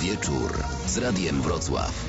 Wieczór z Radiem Wrocław.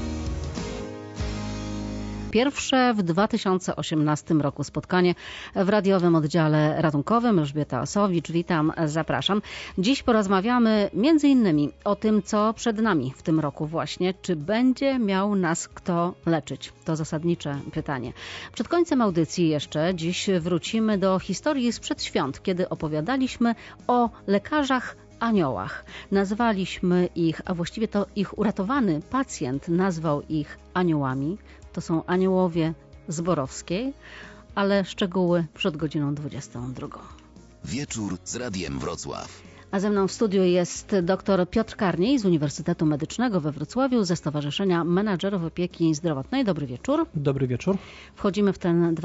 Pierwsze w 2018 roku spotkanie w radiowym oddziale ratunkowym. Elżbieta Osowicz, witam, zapraszam. Dziś porozmawiamy m.in. o tym, co przed nami w tym roku właśnie. Czy będzie miał nas kto leczyć? To zasadnicze pytanie. Przed końcem audycji jeszcze dziś wrócimy do historii sprzed świąt, kiedy opowiadaliśmy o lekarzach aniołach. Nazwaliśmy ich, a właściwie to ich uratowany pacjent nazwał ich aniołami. To są aniołowie Zborowskiej, ale szczegóły przed godziną 22. Wieczór z Radiem Wrocław. A ze mną w studiu jest dr Piotr Karniej z Uniwersytetu Medycznego we Wrocławiu ze Stowarzyszenia Menadżerów Opieki Zdrowotnej. Dobry wieczór. Dobry wieczór. Wchodzimy w ten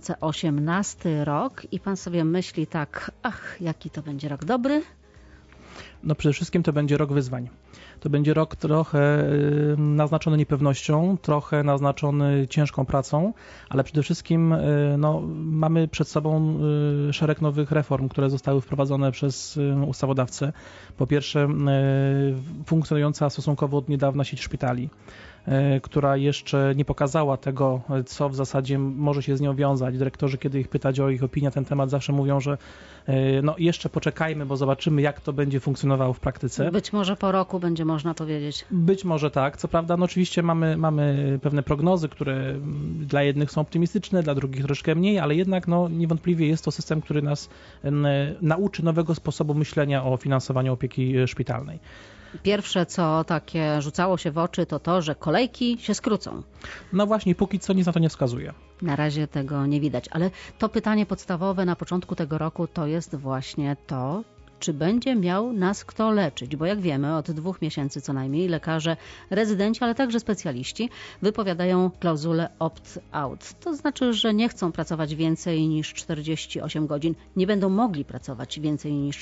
2018 rok i pan sobie myśli tak, jaki to będzie rok dobry? No przede wszystkim to będzie rok wyzwań. To będzie rok trochę naznaczony niepewnością, trochę naznaczony ciężką pracą, ale przede wszystkim mamy przed sobą szereg nowych reform, które zostały wprowadzone przez ustawodawcę. Po pierwsze, funkcjonująca stosunkowo od niedawna sieć szpitali, która jeszcze nie pokazała tego, co w zasadzie może się z nią wiązać. Dyrektorzy, kiedy ich pytać o ich opinię na ten temat, zawsze mówią, że jeszcze poczekajmy, bo zobaczymy, jak to będzie funkcjonowało w praktyce. Być może po roku będzie można powiedzieć. Być może tak. Co prawda, oczywiście mamy pewne prognozy, które dla jednych są optymistyczne, dla drugich troszkę mniej, ale jednak niewątpliwie jest to system, który nas nauczy nowego sposobu myślenia o finansowaniu opieki szpitalnej. Pierwsze, co takie rzucało się w oczy, to, że kolejki się skrócą. No właśnie, póki co nic na to nie wskazuje. Na razie tego nie widać, ale to pytanie podstawowe na początku tego roku to jest właśnie to, czy będzie miał nas kto leczyć, bo jak wiemy, od 2 miesięcy co najmniej lekarze, rezydenci, ale także specjaliści wypowiadają klauzulę opt-out. To znaczy, że nie chcą pracować więcej niż 48 godzin, nie będą mogli pracować więcej niż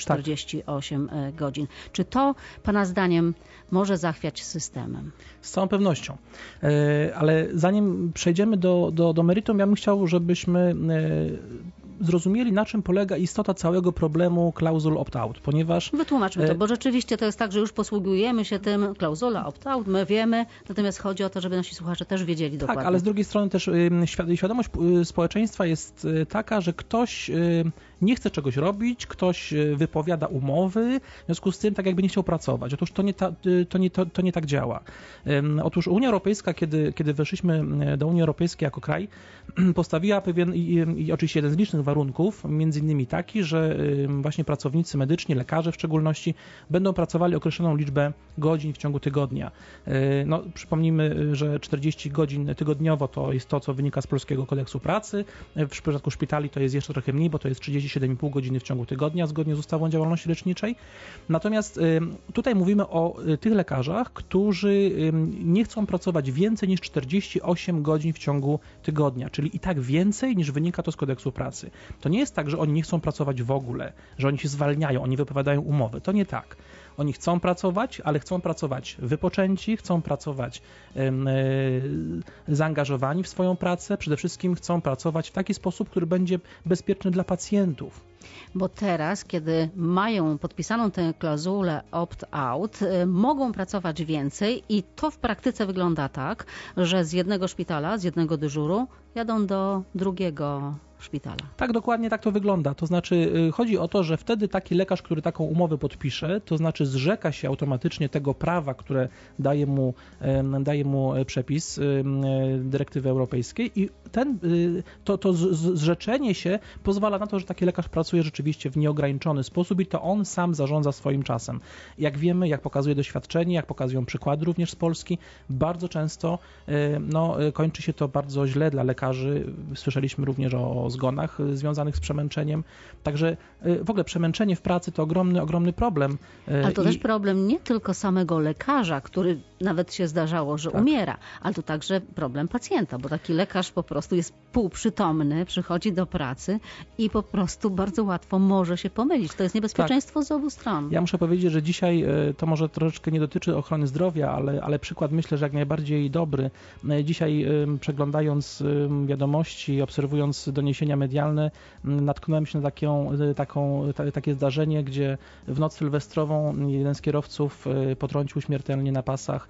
48 godzin. Czy to, pana zdaniem, może zachwiać systemem? Z całą pewnością. Ale zanim przejdziemy do meritum, ja bym chciał, żebyśmy zrozumieli, na czym polega istota całego problemu klauzul opt-out, ponieważ... Wytłumaczmy to, bo rzeczywiście to jest tak, że już posługujemy się tym, klauzula opt-out, my wiemy, natomiast chodzi o to, żeby nasi słuchacze też wiedzieli dokładnie. Tak, ale z drugiej strony też świadomość społeczeństwa jest taka, że ktoś nie chce czegoś robić, ktoś wypowiada umowy, w związku z tym tak jakby nie chciał pracować. Otóż to nie tak działa. Otóż Unia Europejska, kiedy weszliśmy do Unii Europejskiej jako kraj, postawiła pewien i oczywiście jeden z licznych warunków, między innymi taki, że właśnie pracownicy medyczni, lekarze w szczególności, będą pracowali określoną liczbę godzin w ciągu tygodnia. Przypomnijmy, że 40 godzin tygodniowo to jest to, co wynika z Polskiego Kodeksu Pracy. W przypadku szpitali to jest jeszcze trochę mniej, bo to jest 37,5 godziny w ciągu tygodnia, zgodnie z ustawą o działalności leczniczej. Natomiast tutaj mówimy o tych lekarzach, którzy nie chcą pracować więcej niż 48 godzin w ciągu tygodnia, czyli i tak więcej niż wynika to z Kodeksu Pracy. To nie jest tak, że oni nie chcą pracować w ogóle, że oni się zwalniają, oni wypowiadają umowy. To nie tak. Oni chcą pracować, ale chcą pracować wypoczęci, chcą pracować zaangażowani w swoją pracę. Przede wszystkim chcą pracować w taki sposób, który będzie bezpieczny dla pacjentów. Bo teraz, kiedy mają podpisaną tę klauzulę opt-out, mogą pracować więcej i to w praktyce wygląda tak, że z jednego szpitala, z jednego dyżuru jadą do drugiego szpitala. Tak, dokładnie tak to wygląda. To znaczy chodzi o to, że wtedy taki lekarz, który taką umowę podpisze, to znaczy zrzeka się automatycznie tego prawa, które daje mu przepis dyrektywy europejskiej i to zrzeczenie się pozwala na to, że taki lekarz pracuje rzeczywiście w nieograniczony sposób i to on sam zarządza swoim czasem. Jak wiemy, jak pokazuje doświadczenie, jak pokazują przykłady również z Polski, bardzo często kończy się to bardzo źle dla lekarzy. Słyszeliśmy również o zgonach związanych z przemęczeniem. Także w ogóle przemęczenie w pracy to ogromny problem. Ale to też problem nie tylko samego lekarza, który nawet się zdarzało, że umiera, ale to także problem pacjenta, bo taki lekarz po prostu jest półprzytomny, przychodzi do pracy i po prostu bardzo łatwo może się pomylić. To jest niebezpieczeństwo z obu stron. Ja muszę powiedzieć, że dzisiaj to może troszeczkę nie dotyczy ochrony zdrowia, ale przykład myślę, że jak najbardziej dobry. Dzisiaj przeglądając wiadomości, obserwując doniesienia doniesienia medialne, natknąłem się na takie zdarzenie, gdzie w noc sylwestrową jeden z kierowców potrącił śmiertelnie na pasach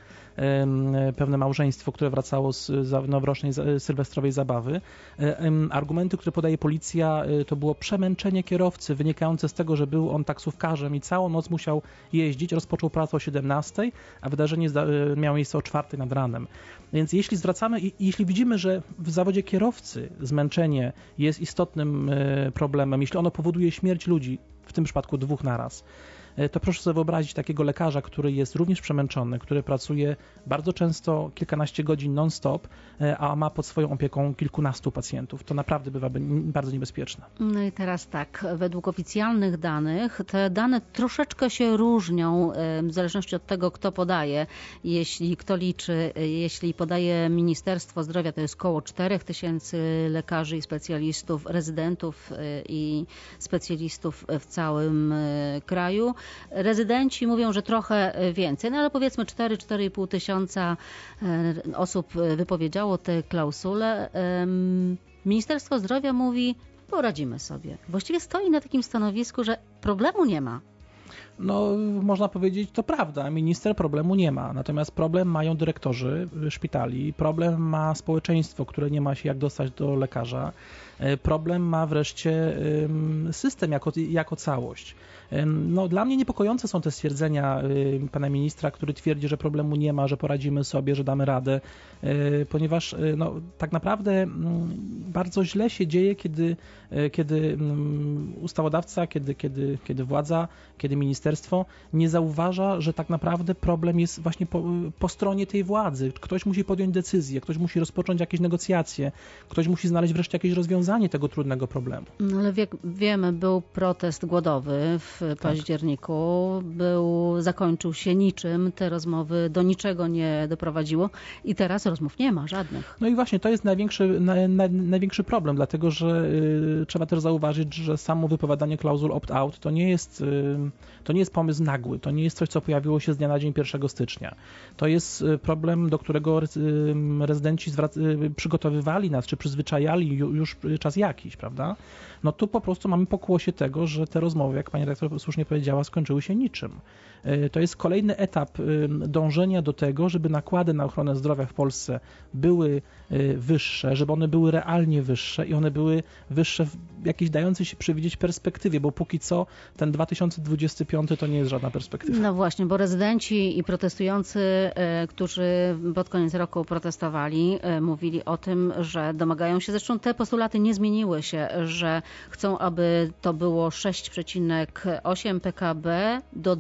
pewne małżeństwo, które wracało z noworocznej sylwestrowej zabawy. Argumenty, które podaje policja, to było przemęczenie kierowcy wynikające z tego, że był on taksówkarzem i całą noc musiał jeździć. Rozpoczął pracę o 17, a wydarzenie miało miejsce o 4 nad ranem. Więc jeśli zwracamy i jeśli widzimy, że w zawodzie kierowcy zmęczenie jest istotnym problemem, jeśli ono powoduje śmierć ludzi, w tym przypadku 2 naraz, to proszę sobie wyobrazić takiego lekarza, który jest również przemęczony, który pracuje bardzo często kilkanaście godzin non-stop, a ma pod swoją opieką kilkunastu pacjentów. To naprawdę bywa bardzo niebezpieczne. No i teraz tak, według oficjalnych danych, te dane troszeczkę się różnią w zależności od tego, kto podaje. Jeśli kto liczy, jeśli podaje Ministerstwo Zdrowia, to jest około 4000 lekarzy i specjalistów, rezydentów i specjalistów w całym kraju. Rezydenci mówią, że trochę więcej, no ale powiedzmy 4-4,5 tysiąca osób wypowiedziało te klauzule. Ministerstwo Zdrowia mówi, poradzimy sobie. Właściwie stoi na takim stanowisku, że problemu nie ma. No, można powiedzieć, to prawda, minister problemu nie ma, natomiast problem mają dyrektorzy szpitali, problem ma społeczeństwo, które nie ma się jak dostać do lekarza, problem ma wreszcie system jako całość. No, dla mnie niepokojące są te stwierdzenia pana ministra, który twierdzi, że problemu nie ma, że poradzimy sobie, że damy radę, ponieważ no, tak naprawdę bardzo źle się dzieje, kiedy ustawodawca, kiedy władza, kiedy ministerstwo nie zauważa, że tak naprawdę problem jest właśnie po stronie tej władzy. Ktoś musi podjąć decyzję, ktoś musi rozpocząć jakieś negocjacje, ktoś musi znaleźć wreszcie jakieś rozwiązanie tego trudnego problemu. No ale wiemy, był protest głodowy w październiku, zakończył się niczym, te rozmowy do niczego nie doprowadziło i teraz rozmów nie ma żadnych. No i właśnie to jest największy problem, dlatego że trzeba też zauważyć, że samo wypowiadanie klauzul opt-out to nie jest pomysł nagły, to nie jest coś, co pojawiło się z dnia na dzień 1 stycznia. To jest problem, do którego rezydenci przygotowywali nas, czy przyzwyczajali już czas jakiś, prawda? No tu po prostu mamy pokłosie tego, że te rozmowy, jak pani redaktor słusznie powiedziała, skończyły się niczym. To jest kolejny etap dążenia do tego, żeby nakłady na ochronę zdrowia w Polsce były wyższe, żeby one były realnie wyższe i one były wyższe w jakiejś dającej się przewidzieć perspektywie, bo póki co ten 2025 to nie jest żadna perspektywa. No właśnie, bo rezydenci i protestujący, którzy pod koniec roku protestowali, mówili o tym, że domagają się, zresztą te postulaty nie zmieniły się, że chcą, aby to było 6,8 PKB do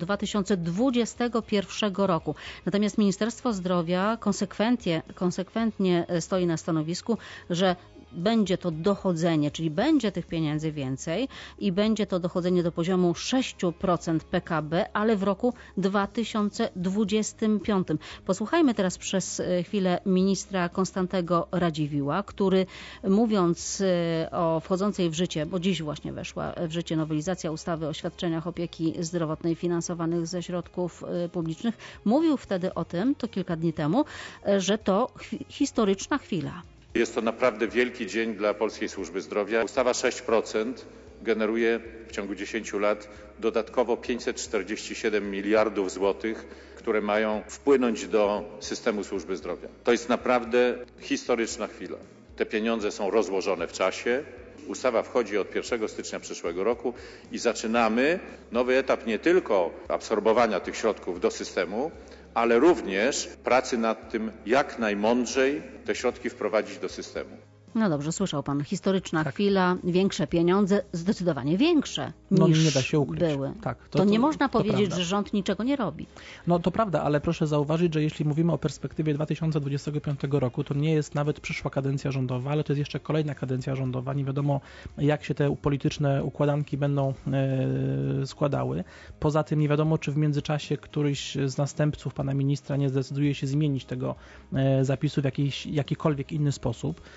2021 roku. Natomiast Ministerstwo Zdrowia konsekwentnie stoi na stanowisku, że będzie to dochodzenie, czyli będzie tych pieniędzy więcej i będzie to dochodzenie do poziomu 6% PKB, ale w roku 2025. Posłuchajmy teraz przez chwilę ministra Konstantego Radziwiłła, który mówiąc o wchodzącej w życie, bo dziś właśnie weszła w życie nowelizacja ustawy o świadczeniach opieki zdrowotnej finansowanych ze środków publicznych, mówił wtedy o tym, to kilka dni temu, że to historyczna chwila. Jest to naprawdę wielki dzień dla polskiej służby zdrowia. Ustawa 6% generuje w ciągu 10 lat dodatkowo 547 miliardów złotych, które mają wpłynąć do systemu służby zdrowia. To jest naprawdę historyczna chwila. Te pieniądze są rozłożone w czasie. Ustawa wchodzi od 1 stycznia przyszłego roku i zaczynamy nowy etap nie tylko absorbowania tych środków do systemu, ale również pracy nad tym, jak najmądrzej te środki wprowadzić do systemu. No dobrze, słyszał pan, historyczna chwila, większe pieniądze, zdecydowanie większe niż nie da się ukryć. były. Tak, to nie można powiedzieć, prawda, że rząd niczego nie robi. No to prawda, ale proszę zauważyć, że jeśli mówimy o perspektywie 2025 roku, to nie jest nawet przyszła kadencja rządowa, ale to jest jeszcze kolejna kadencja rządowa. Nie wiadomo, jak się te polityczne układanki będą składały. Poza tym nie wiadomo, czy w międzyczasie któryś z następców pana ministra nie zdecyduje się zmienić tego zapisu w jakikolwiek inny sposób.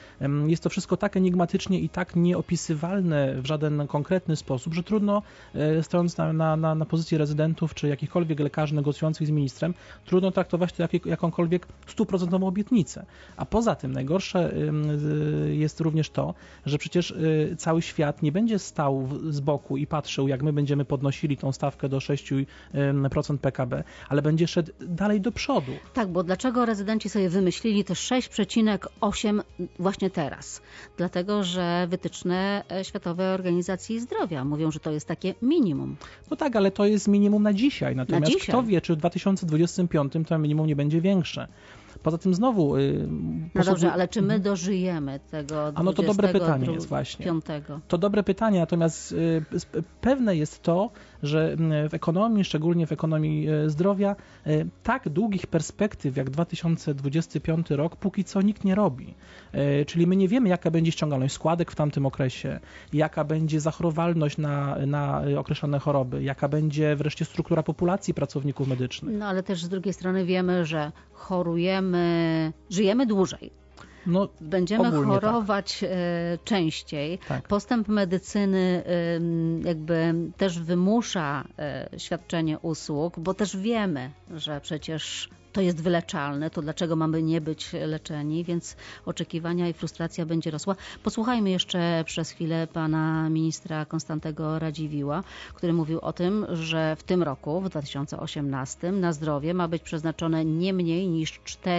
jest to wszystko tak enigmatycznie i tak nieopisywalne w żaden konkretny sposób, że trudno, stojąc na pozycji rezydentów czy jakichkolwiek lekarzy negocjujących z ministrem, trudno traktować to jak jakąkolwiek 100% obietnicę. A poza tym najgorsze jest również to, że przecież cały świat nie będzie stał z boku i patrzył, jak my będziemy podnosili tą stawkę do 6% PKB, ale będzie szedł dalej do przodu. Tak, bo dlaczego rezydenci sobie wymyślili te 6,8 właśnie teraz? Dlatego, że wytyczne Światowej Organizacji Zdrowia mówią, że to jest takie minimum. No tak, ale to jest minimum na dzisiaj. Natomiast kto wie, czy w 2025 to minimum nie będzie większe. Poza tym znowu... No dobrze, ale czy my dożyjemy tego 25? No to dobre pytanie jest właśnie. To dobre pytanie, natomiast pewne jest to, że w ekonomii, szczególnie w ekonomii zdrowia, tak długich perspektyw jak 2025 rok póki co nikt nie robi. Czyli my nie wiemy, jaka będzie ściągalność składek w tamtym okresie, jaka będzie zachorowalność na określone choroby, jaka będzie wreszcie struktura populacji pracowników medycznych. No ale też z drugiej strony wiemy, że żyjemy dłużej. No, będziemy chorować częściej. Tak. Postęp medycyny jakby też wymusza świadczenie usług, bo też wiemy, że przecież to jest wyleczalne, to dlaczego mamy nie być leczeni, więc oczekiwania i frustracja będzie rosła. Posłuchajmy jeszcze przez chwilę pana ministra Konstantego Radziwiłła, który mówił o tym, że w tym roku, w 2018, na zdrowie ma być przeznaczone nie mniej niż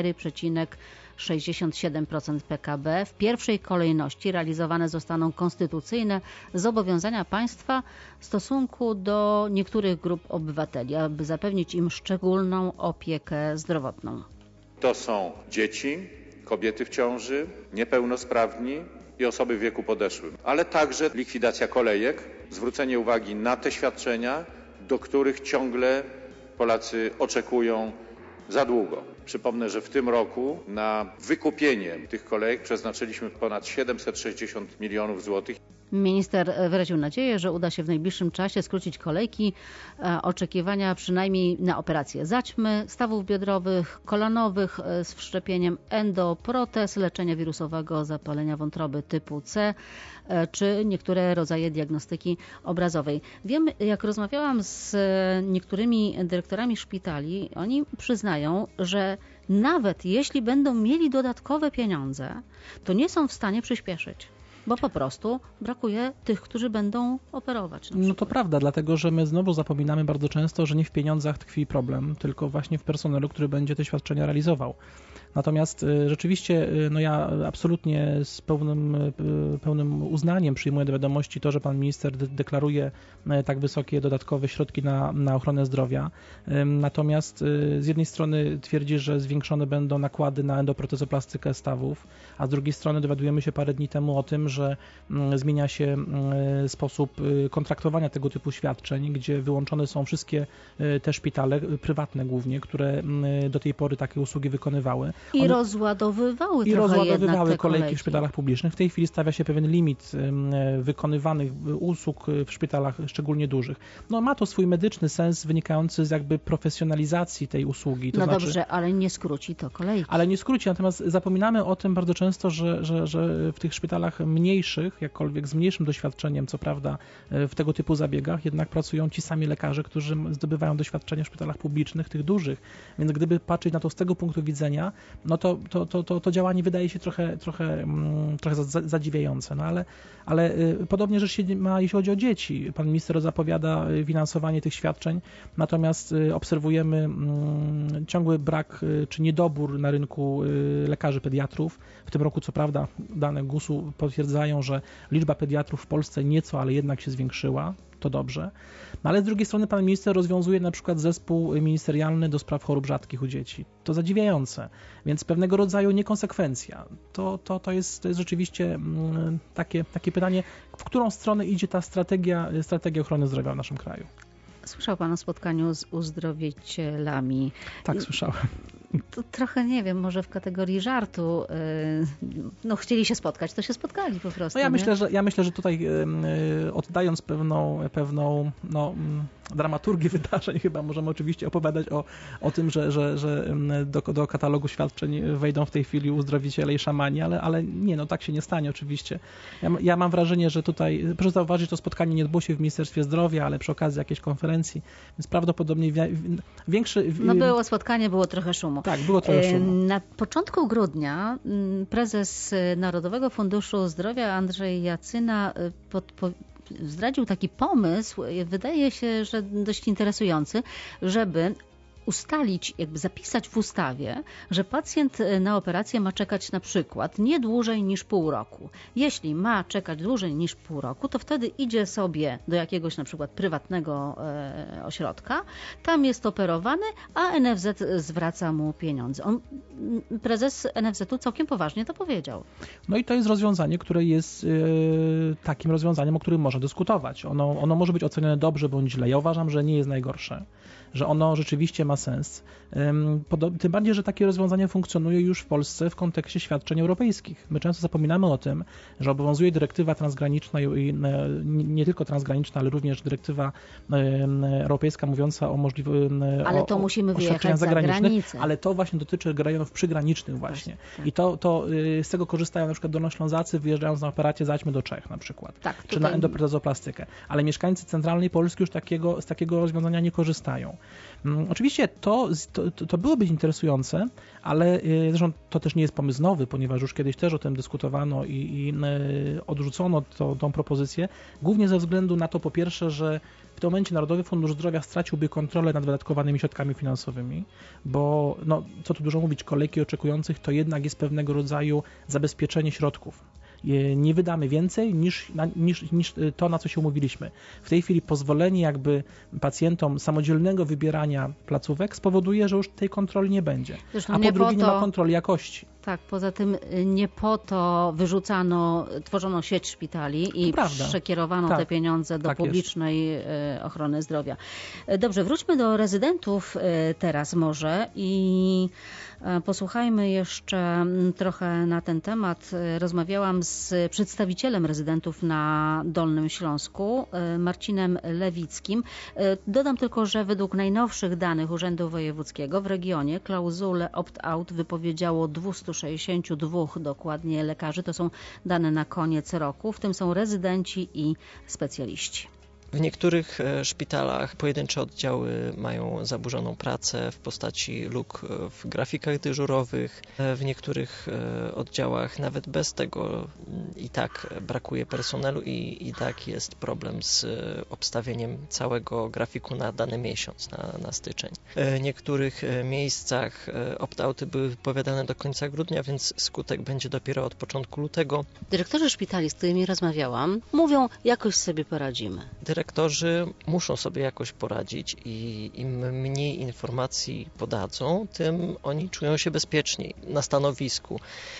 4,67% PKB. W pierwszej kolejności realizowane zostaną konstytucyjne zobowiązania państwa w stosunku do niektórych grup obywateli, aby zapewnić im szczególną opiekę zdrowotną. To są dzieci, kobiety w ciąży, niepełnosprawni i osoby w wieku podeszłym, ale także likwidacja kolejek, zwrócenie uwagi na te świadczenia, do których ciągle Polacy oczekują za długo. Przypomnę, że w tym roku na wykupienie tych kolejek przeznaczyliśmy ponad 760 milionów złotych. Minister wyraził nadzieję, że uda się w najbliższym czasie skrócić kolejki oczekiwania przynajmniej na operacje zaćmy, stawów biodrowych, kolanowych z wszczepieniem endoprotez, leczenia wirusowego zapalenia wątroby typu C czy niektóre rodzaje diagnostyki obrazowej. Wiem, jak rozmawiałam z niektórymi dyrektorami szpitali, oni przyznają, że nawet jeśli będą mieli dodatkowe pieniądze, to nie są w stanie przyspieszyć. Bo po prostu brakuje tych, którzy będą operować. No to prawda, dlatego że my znowu zapominamy bardzo często, że nie w pieniądzach tkwi problem, tylko właśnie w personelu, który będzie te świadczenia realizował. Natomiast rzeczywiście ja absolutnie z pełnym uznaniem przyjmuję do wiadomości to, że pan minister deklaruje tak wysokie dodatkowe środki na ochronę zdrowia. Natomiast z jednej strony twierdzi, że zwiększone będą nakłady na endoprotezoplastykę stawów, a z drugiej strony dowiadujemy się parę dni temu o tym, że zmienia się sposób kontraktowania tego typu świadczeń, gdzie wyłączone są wszystkie te szpitale, prywatne głównie, które do tej pory takie usługi wykonywały. I rozładowywały kolejki w szpitalach publicznych. W tej chwili stawia się pewien limit wykonywanych usług w szpitalach szczególnie dużych. No ma to swój medyczny sens wynikający z jakby profesjonalizacji tej usługi. To znaczy, dobrze, ale nie skróci to kolejki. Ale nie skróci, natomiast zapominamy o tym bardzo często, że w tych szpitalach mniejszych, jakkolwiek z mniejszym doświadczeniem, co prawda w tego typu zabiegach, jednak pracują ci sami lekarze, którzy zdobywają doświadczenie w szpitalach publicznych, tych dużych. Więc gdyby patrzeć na to z tego punktu widzenia, no to działanie wydaje się trochę zadziwiające. No ale podobnie rzecz się ma, jeśli chodzi o dzieci. Pan minister zapowiada finansowanie tych świadczeń, natomiast obserwujemy ciągły brak czy niedobór na rynku lekarzy pediatrów. W tym roku, co prawda, dane GUS-u potwierdzają, że liczba pediatrów w Polsce nieco, ale jednak się zwiększyła. To dobrze. No ale z drugiej strony pan minister rozwiązuje na przykład zespół ministerialny do spraw chorób rzadkich u dzieci. To zadziwiające. Więc pewnego rodzaju niekonsekwencja. To jest rzeczywiście takie pytanie, w którą stronę idzie ta strategia ochrony zdrowia w naszym kraju. Słyszał pan o spotkaniu z uzdrowicielami. Tak, słyszałem. To trochę, nie wiem, może w kategorii żartu, no chcieli się spotkać, to się spotkali po prostu. No ja myślę, że tutaj oddając pewną dramaturgię wydarzeń, chyba możemy oczywiście opowiadać o tym, że do katalogu świadczeń wejdą w tej chwili uzdrowiciele i szamani, ale nie, no tak się nie stanie oczywiście. Ja mam wrażenie, że tutaj, proszę zauważyć, to spotkanie nie odbyło się w Ministerstwie Zdrowia, ale przy okazji jakiejś konferencji, więc prawdopodobnie większy... No było spotkanie, było trochę szumu. Tak, było trochę szumu. Na początku grudnia prezes Narodowego Funduszu Zdrowia Andrzej Jacyna zdradził taki pomysł, wydaje się, że dość interesujący, żeby ustalić, jakby zapisać w ustawie, że pacjent na operację ma czekać na przykład nie dłużej niż pół roku. Jeśli ma czekać dłużej niż pół roku, to wtedy idzie sobie do jakiegoś na przykład prywatnego ośrodka, tam jest operowany, a NFZ zwraca mu pieniądze. Prezes NFZ-u całkiem poważnie to powiedział. No i to jest rozwiązanie, które jest takim rozwiązaniem, o którym można dyskutować. Ono może być ocenione dobrze bądź źle. Ja uważam, że nie jest najgorsze, że ono rzeczywiście ma sens. Tym bardziej, że takie rozwiązanie funkcjonuje już w Polsce w kontekście świadczeń europejskich. My często zapominamy o tym, że obowiązuje dyrektywa transgraniczna i nie tylko transgraniczna, ale również dyrektywa europejska mówiąca o możliwości ale to musimy wyjechać za granicę. Ale to właśnie dotyczy rejonów przygranicznych właśnie. Tak. I to z tego korzystają na przykład dolnoślązacy, wyjeżdżając na operację, zajdźmy do Czech na przykład. Tak, tutaj... Czy na endoprotezoplastykę. Ale mieszkańcy centralnej Polski już z takiego rozwiązania nie korzystają. Oczywiście to byłoby interesujące, ale zresztą to też nie jest pomysł nowy, ponieważ już kiedyś też o tym dyskutowano i odrzucono tą propozycję, głównie ze względu na to, po pierwsze, że w tym momencie Narodowy Fundusz Zdrowia straciłby kontrolę nad wydatkowanymi środkami finansowymi, bo co tu dużo mówić, kolejki oczekujących to jednak jest pewnego rodzaju zabezpieczenie środków. Nie wydamy więcej niż to, na co się umówiliśmy. W tej chwili pozwolenie jakby pacjentom samodzielnego wybierania placówek spowoduje, że już tej kontroli nie będzie. Zresztą a po drugie nie ma kontroli jakości. Tak, poza tym nie po to tworzono sieć szpitali i przekierowano te pieniądze do publicznej ochrony zdrowia. Dobrze, wróćmy do rezydentów teraz może i posłuchajmy jeszcze trochę na ten temat. Rozmawiałam z przedstawicielem rezydentów na Dolnym Śląsku, Marcinem Lewickim. Dodam tylko, że według najnowszych danych Urzędu Wojewódzkiego w regionie klauzulę opt-out wypowiedziało 262 dokładnie lekarzy. To są dane na koniec roku. W tym są rezydenci i specjaliści. W niektórych szpitalach pojedyncze oddziały mają zaburzoną pracę w postaci luk w grafikach dyżurowych. W niektórych oddziałach nawet bez tego i tak brakuje personelu i tak jest problem z obstawieniem całego grafiku na dany miesiąc, na styczeń. W niektórych miejscach opt-outy były wypowiadane do końca grudnia, więc skutek będzie dopiero od początku lutego. Dyrektorzy szpitali, z którymi rozmawiałam, mówią, jakoś sobie poradzimy. Dyrektorzy muszą sobie jakoś poradzić i im mniej informacji podadzą, tym oni czują się bezpieczniej na stanowisku.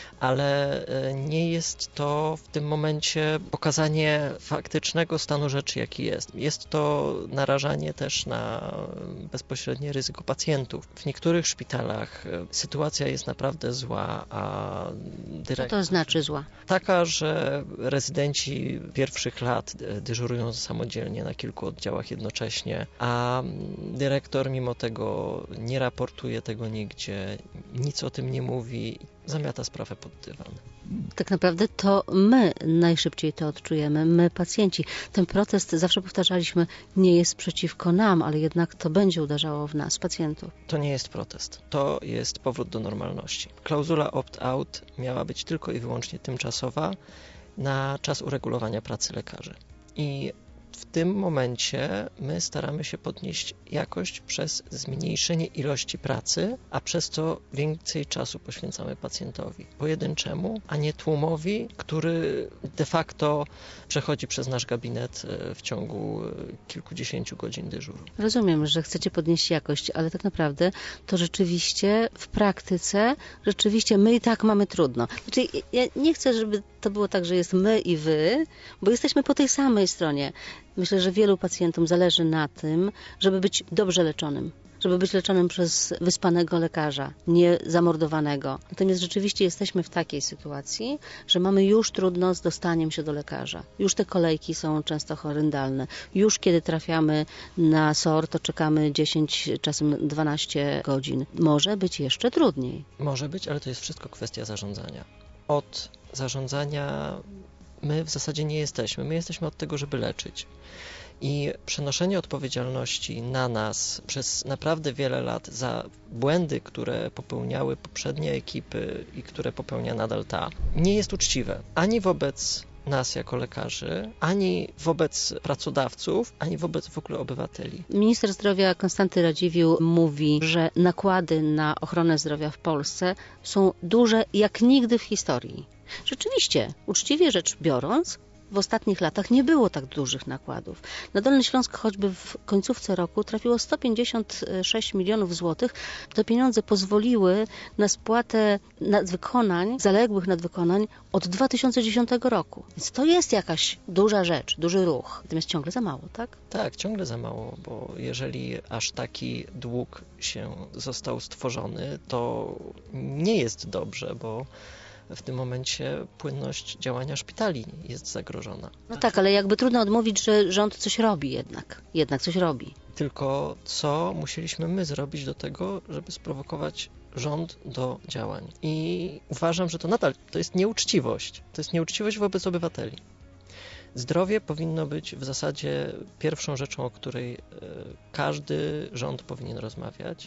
Ale nie jest to w tym momencie pokazanie faktycznego stanu rzeczy, jaki jest. Jest to narażanie też na bezpośrednie ryzyko pacjentów. W niektórych szpitalach sytuacja jest naprawdę zła, a Co to znaczy zła? Taka, że rezydenci pierwszych lat dyżurują samodzielnie na kilku oddziałach jednocześnie, a dyrektor mimo tego nie raportuje tego nigdzie, nic o tym nie mówi, zamiata sprawę pod dywan. Tak naprawdę to my najszybciej to odczujemy, my pacjenci. Ten protest, zawsze powtarzaliśmy, nie jest przeciwko nam, ale jednak to będzie uderzało w nas, pacjentów. To nie jest protest, to jest powrót do normalności. Klauzula opt-out miała być tylko i wyłącznie tymczasowa na czas uregulowania pracy lekarzy. I w tym momencie my staramy się podnieść jakość przez zmniejszenie ilości pracy, a przez to więcej czasu poświęcamy pacjentowi pojedynczemu, a nie tłumowi, który de facto przechodzi przez nasz gabinet w ciągu kilkudziesięciu godzin dyżuru. Rozumiem, że chcecie podnieść jakość, ale tak naprawdę to rzeczywiście w praktyce, my i tak mamy trudno. Znaczy, ja nie chcę, żeby to było tak, że jest my i wy, bo jesteśmy po tej samej stronie. Myślę, że wielu pacjentom zależy na tym, żeby być dobrze leczonym. Żeby być leczonym przez wyspanego lekarza, nie zamordowanego. Natomiast rzeczywiście jesteśmy w takiej sytuacji, że mamy już trudno z dostaniem się do lekarza. Już te kolejki są często horrendalne. Już kiedy trafiamy na SOR, to czekamy 10, czasem 12 godzin. Może być jeszcze trudniej. Może być, ale to jest wszystko kwestia zarządzania. Od zarządzania my w zasadzie nie jesteśmy. My jesteśmy od tego, żeby leczyć. I przenoszenie odpowiedzialności na nas przez naprawdę wiele lat za błędy, które popełniały poprzednie ekipy i które popełnia nadal ta, nie jest uczciwe. Ani wobec nas jako lekarzy, ani wobec pracodawców, ani wobec w ogóle obywateli. Minister zdrowia Konstanty Radziwiłł mówi, że nakłady na ochronę zdrowia w Polsce są duże jak nigdy w historii. Rzeczywiście, uczciwie rzecz biorąc, w ostatnich latach nie było tak dużych nakładów. Na Dolny Śląsk choćby w końcówce roku trafiło 156 milionów złotych. Te pieniądze pozwoliły na spłatę nadwykonań, zaległych nadwykonań od 2010 roku. Więc to jest jakaś duża rzecz, duży ruch. Natomiast ciągle za mało, tak? Tak, ciągle za mało, bo jeżeli aż taki dług się został stworzony, to nie jest dobrze, bo w tym momencie płynność działania szpitali jest zagrożona. No tak, ale jakby trudno odmówić, że rząd coś robi jednak. Jednak coś robi. Tylko co musieliśmy my zrobić do tego, żeby sprowokować rząd do działań. I uważam, że to nadal to jest nieuczciwość. To jest nieuczciwość wobec obywateli. Zdrowie powinno być w zasadzie pierwszą rzeczą, o której każdy rząd powinien rozmawiać.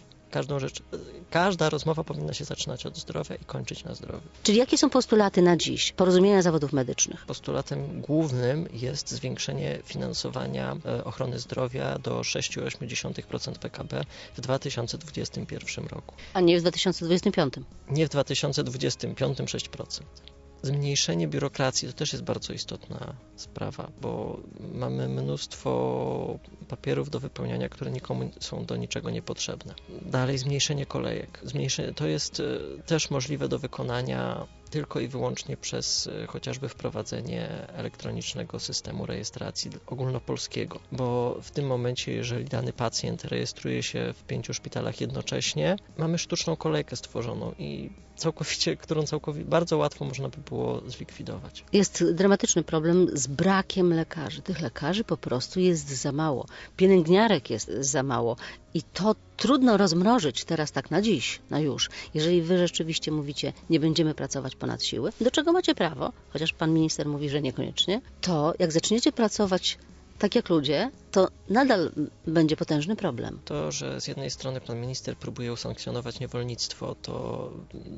Każda rozmowa powinna się zaczynać od zdrowia i kończyć na zdrowiu. Czyli jakie są postulaty na dziś Porozumienia Zawodów Medycznych? Postulatem głównym jest zwiększenie finansowania ochrony zdrowia do 6,8% PKB w 2021 roku. A nie w 2025? Nie w 2025 6%. Zmniejszenie biurokracji to też jest bardzo istotna sprawa, bo mamy mnóstwo papierów do wypełniania, które nikomu są do niczego niepotrzebne. Dalej zmniejszenie kolejek. To jest też możliwe do wykonania tylko i wyłącznie przez chociażby wprowadzenie elektronicznego systemu rejestracji ogólnopolskiego, bo w tym momencie, jeżeli dany pacjent rejestruje się w 5 szpitalach jednocześnie, mamy sztuczną kolejkę stworzoną i którą bardzo łatwo można by było zlikwidować. Jest dramatyczny problem z brakiem lekarzy. Tych lekarzy po prostu jest za mało. Pielęgniarek jest za mało. I to trudno rozmnożyć teraz tak na dziś, na już. Jeżeli wy rzeczywiście mówicie, nie będziemy pracować ponad siły, do czego macie prawo, chociaż pan minister mówi, że niekoniecznie, to jak zaczniecie pracować tak jak ludzie, to nadal będzie potężny problem. To, że z jednej strony pan minister próbuje usankcjonować niewolnictwo, to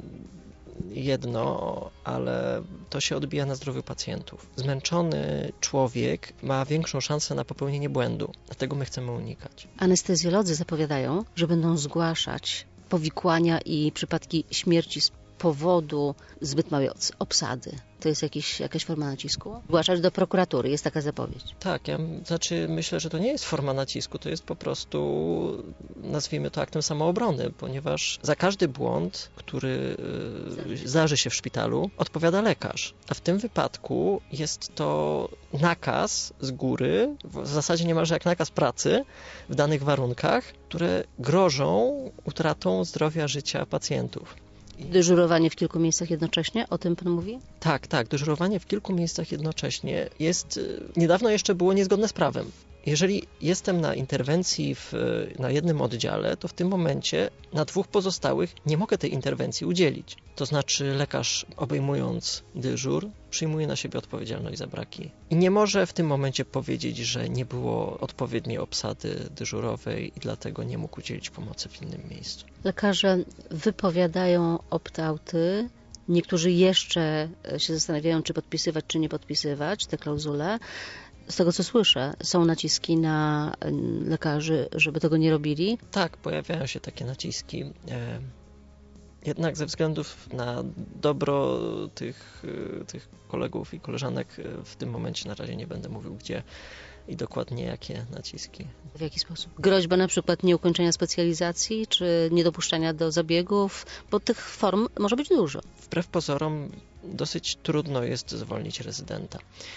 jedno, ale to się odbija na zdrowiu pacjentów. Zmęczony człowiek ma większą szansę na popełnienie błędu, dlatego my chcemy unikać. Anestezjolodzy zapowiadają, że będą zgłaszać powikłania i przypadki śmierci z powodu zbyt małej obsady. To jest jakaś forma nacisku? Zgłaszać do prokuratury, jest taka zapowiedź. Tak, myślę, że to nie jest forma nacisku, to jest po prostu, nazwijmy to aktem samoobrony, ponieważ za każdy błąd, który zdarzy się w szpitalu, odpowiada lekarz. A w tym wypadku jest to nakaz z góry, w zasadzie niemalże jak nakaz pracy w danych warunkach, które grożą utratą zdrowia, życia pacjentów. Dyżurowanie w kilku miejscach jednocześnie? O tym pan mówi? Tak. Dyżurowanie w kilku miejscach jednocześnie niedawno jeszcze było niezgodne z prawem. Jeżeli jestem na interwencji na jednym oddziale, to w tym momencie na 2 pozostałych nie mogę tej interwencji udzielić. To znaczy lekarz, obejmując dyżur, przyjmuje na siebie odpowiedzialność za braki. I nie może w tym momencie powiedzieć, że nie było odpowiedniej obsady dyżurowej i dlatego nie mógł udzielić pomocy w innym miejscu. Lekarze wypowiadają opt-outy. Niektórzy jeszcze się zastanawiają, czy podpisywać, czy nie podpisywać te klauzule. Z tego, co słyszę, są naciski na lekarzy, żeby tego nie robili? Tak, pojawiają się takie naciski. Jednak ze względów na dobro tych kolegów i koleżanek w tym momencie na razie nie będę mówił gdzie i dokładnie jakie naciski. W jaki sposób? Groźba na przykład nieukończenia specjalizacji, czy niedopuszczania do zabiegów, bo tych form może być dużo. Wbrew pozorom dosyć trudno jest zwolnić rezydenta.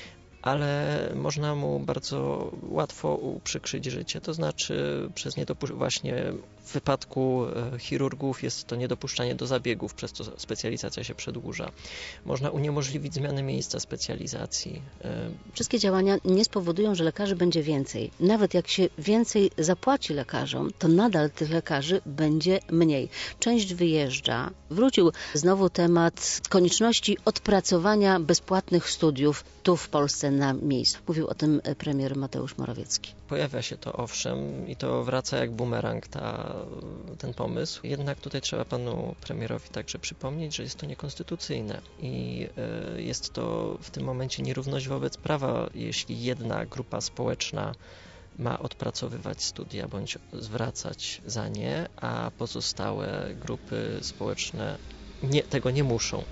ale można mu bardzo łatwo uprzykrzyć życie. To znaczy właśnie w wypadku chirurgów jest to niedopuszczanie do zabiegów, przez co specjalizacja się przedłuża. Można uniemożliwić zmianę miejsca specjalizacji. Wszystkie działania nie spowodują, że lekarzy będzie więcej. Nawet jak się więcej zapłaci lekarzom, to nadal tych lekarzy będzie mniej. Część wyjeżdża. Wrócił znowu temat konieczności odpracowania bezpłatnych studiów tu w Polsce na miejscu. Mówił o tym premier Mateusz Morawiecki. Pojawia się to owszem i to wraca jak bumerang ten pomysł. Jednak tutaj trzeba panu premierowi także przypomnieć, że jest to niekonstytucyjne i jest to w tym momencie nierówność wobec prawa, jeśli jedna grupa społeczna ma odpracowywać studia bądź zwracać za nie, a pozostałe grupy społeczne tego nie muszą.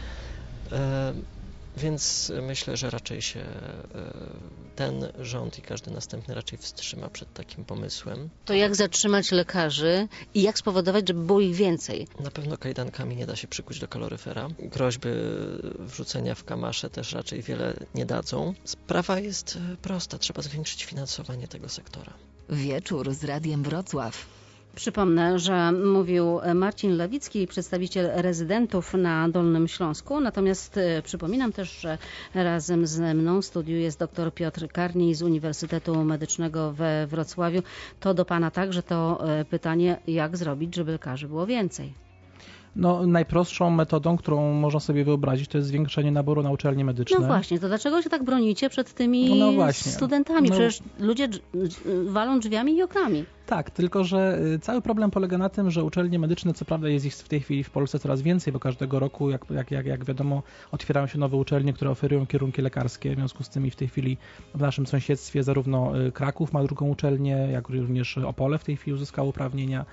Więc myślę, że raczej się ten rząd i każdy następny raczej wstrzyma przed takim pomysłem. To jak zatrzymać lekarzy i jak spowodować, żeby było ich więcej? Na pewno kajdankami nie da się przykuć do kaloryfera. Groźby wrzucenia w kamasze też raczej wiele nie dadzą. Sprawa jest prosta. Trzeba zwiększyć finansowanie tego sektora. Wieczór z Radiem Wrocław. Przypomnę, że mówił Marcin Lewicki, przedstawiciel rezydentów na Dolnym Śląsku. Natomiast przypominam też, że razem ze mną w studiu jest dr Piotr Karniej z Uniwersytetu Medycznego we Wrocławiu. To do pana także to pytanie, jak zrobić, żeby lekarzy było więcej? No, najprostszą metodą, którą można sobie wyobrazić, to jest zwiększenie naboru na uczelnie medyczne. No właśnie, to dlaczego się tak bronicie przed tymi studentami? Przecież ludzie walą drzwiami i oknami. Tak, tylko że cały problem polega na tym, że uczelnie medyczne, co prawda jest ich w tej chwili w Polsce coraz więcej, bo każdego roku, jak wiadomo, otwierają się nowe uczelnie, które oferują kierunki lekarskie. W związku z tym w tej chwili w naszym sąsiedztwie zarówno Kraków ma drugą uczelnię, jak również Opole w tej chwili uzyskało uprawnienia.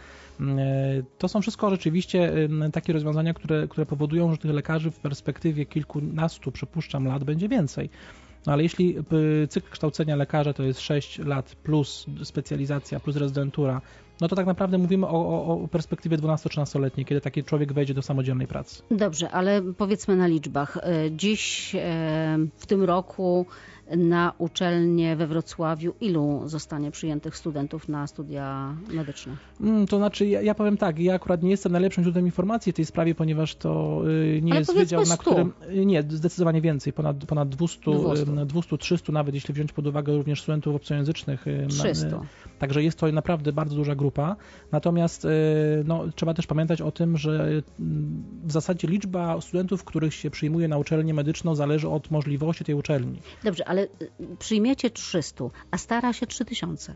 To są wszystko rzeczywiście takie rozwiązania, które powodują, że tych lekarzy w perspektywie kilkunastu, przypuszczam, lat będzie więcej. No ale jeśli cykl kształcenia lekarza to jest 6 lat plus specjalizacja, plus rezydentura, no to tak naprawdę mówimy o perspektywie 12-13-letniej, kiedy taki człowiek wejdzie do samodzielnej pracy. Dobrze, ale powiedzmy na liczbach. Dziś w tym roku na uczelnię we Wrocławiu ilu zostanie przyjętych studentów na studia medyczne? To znaczy, ja powiem tak, ja akurat nie jestem najlepszym źródłem informacji w tej sprawie, ponieważ to nie jest wydział, na którym... Nie, zdecydowanie więcej, ponad 200, 300, nawet jeśli wziąć pod uwagę również studentów obcojęzycznych. 300. Także jest to naprawdę bardzo duża grupa. Natomiast trzeba też pamiętać o tym, że w zasadzie liczba studentów, których się przyjmuje na uczelnię medyczną, zależy od możliwości tej uczelni. Dobrze, ale przyjmiecie 300, a stara się 3000.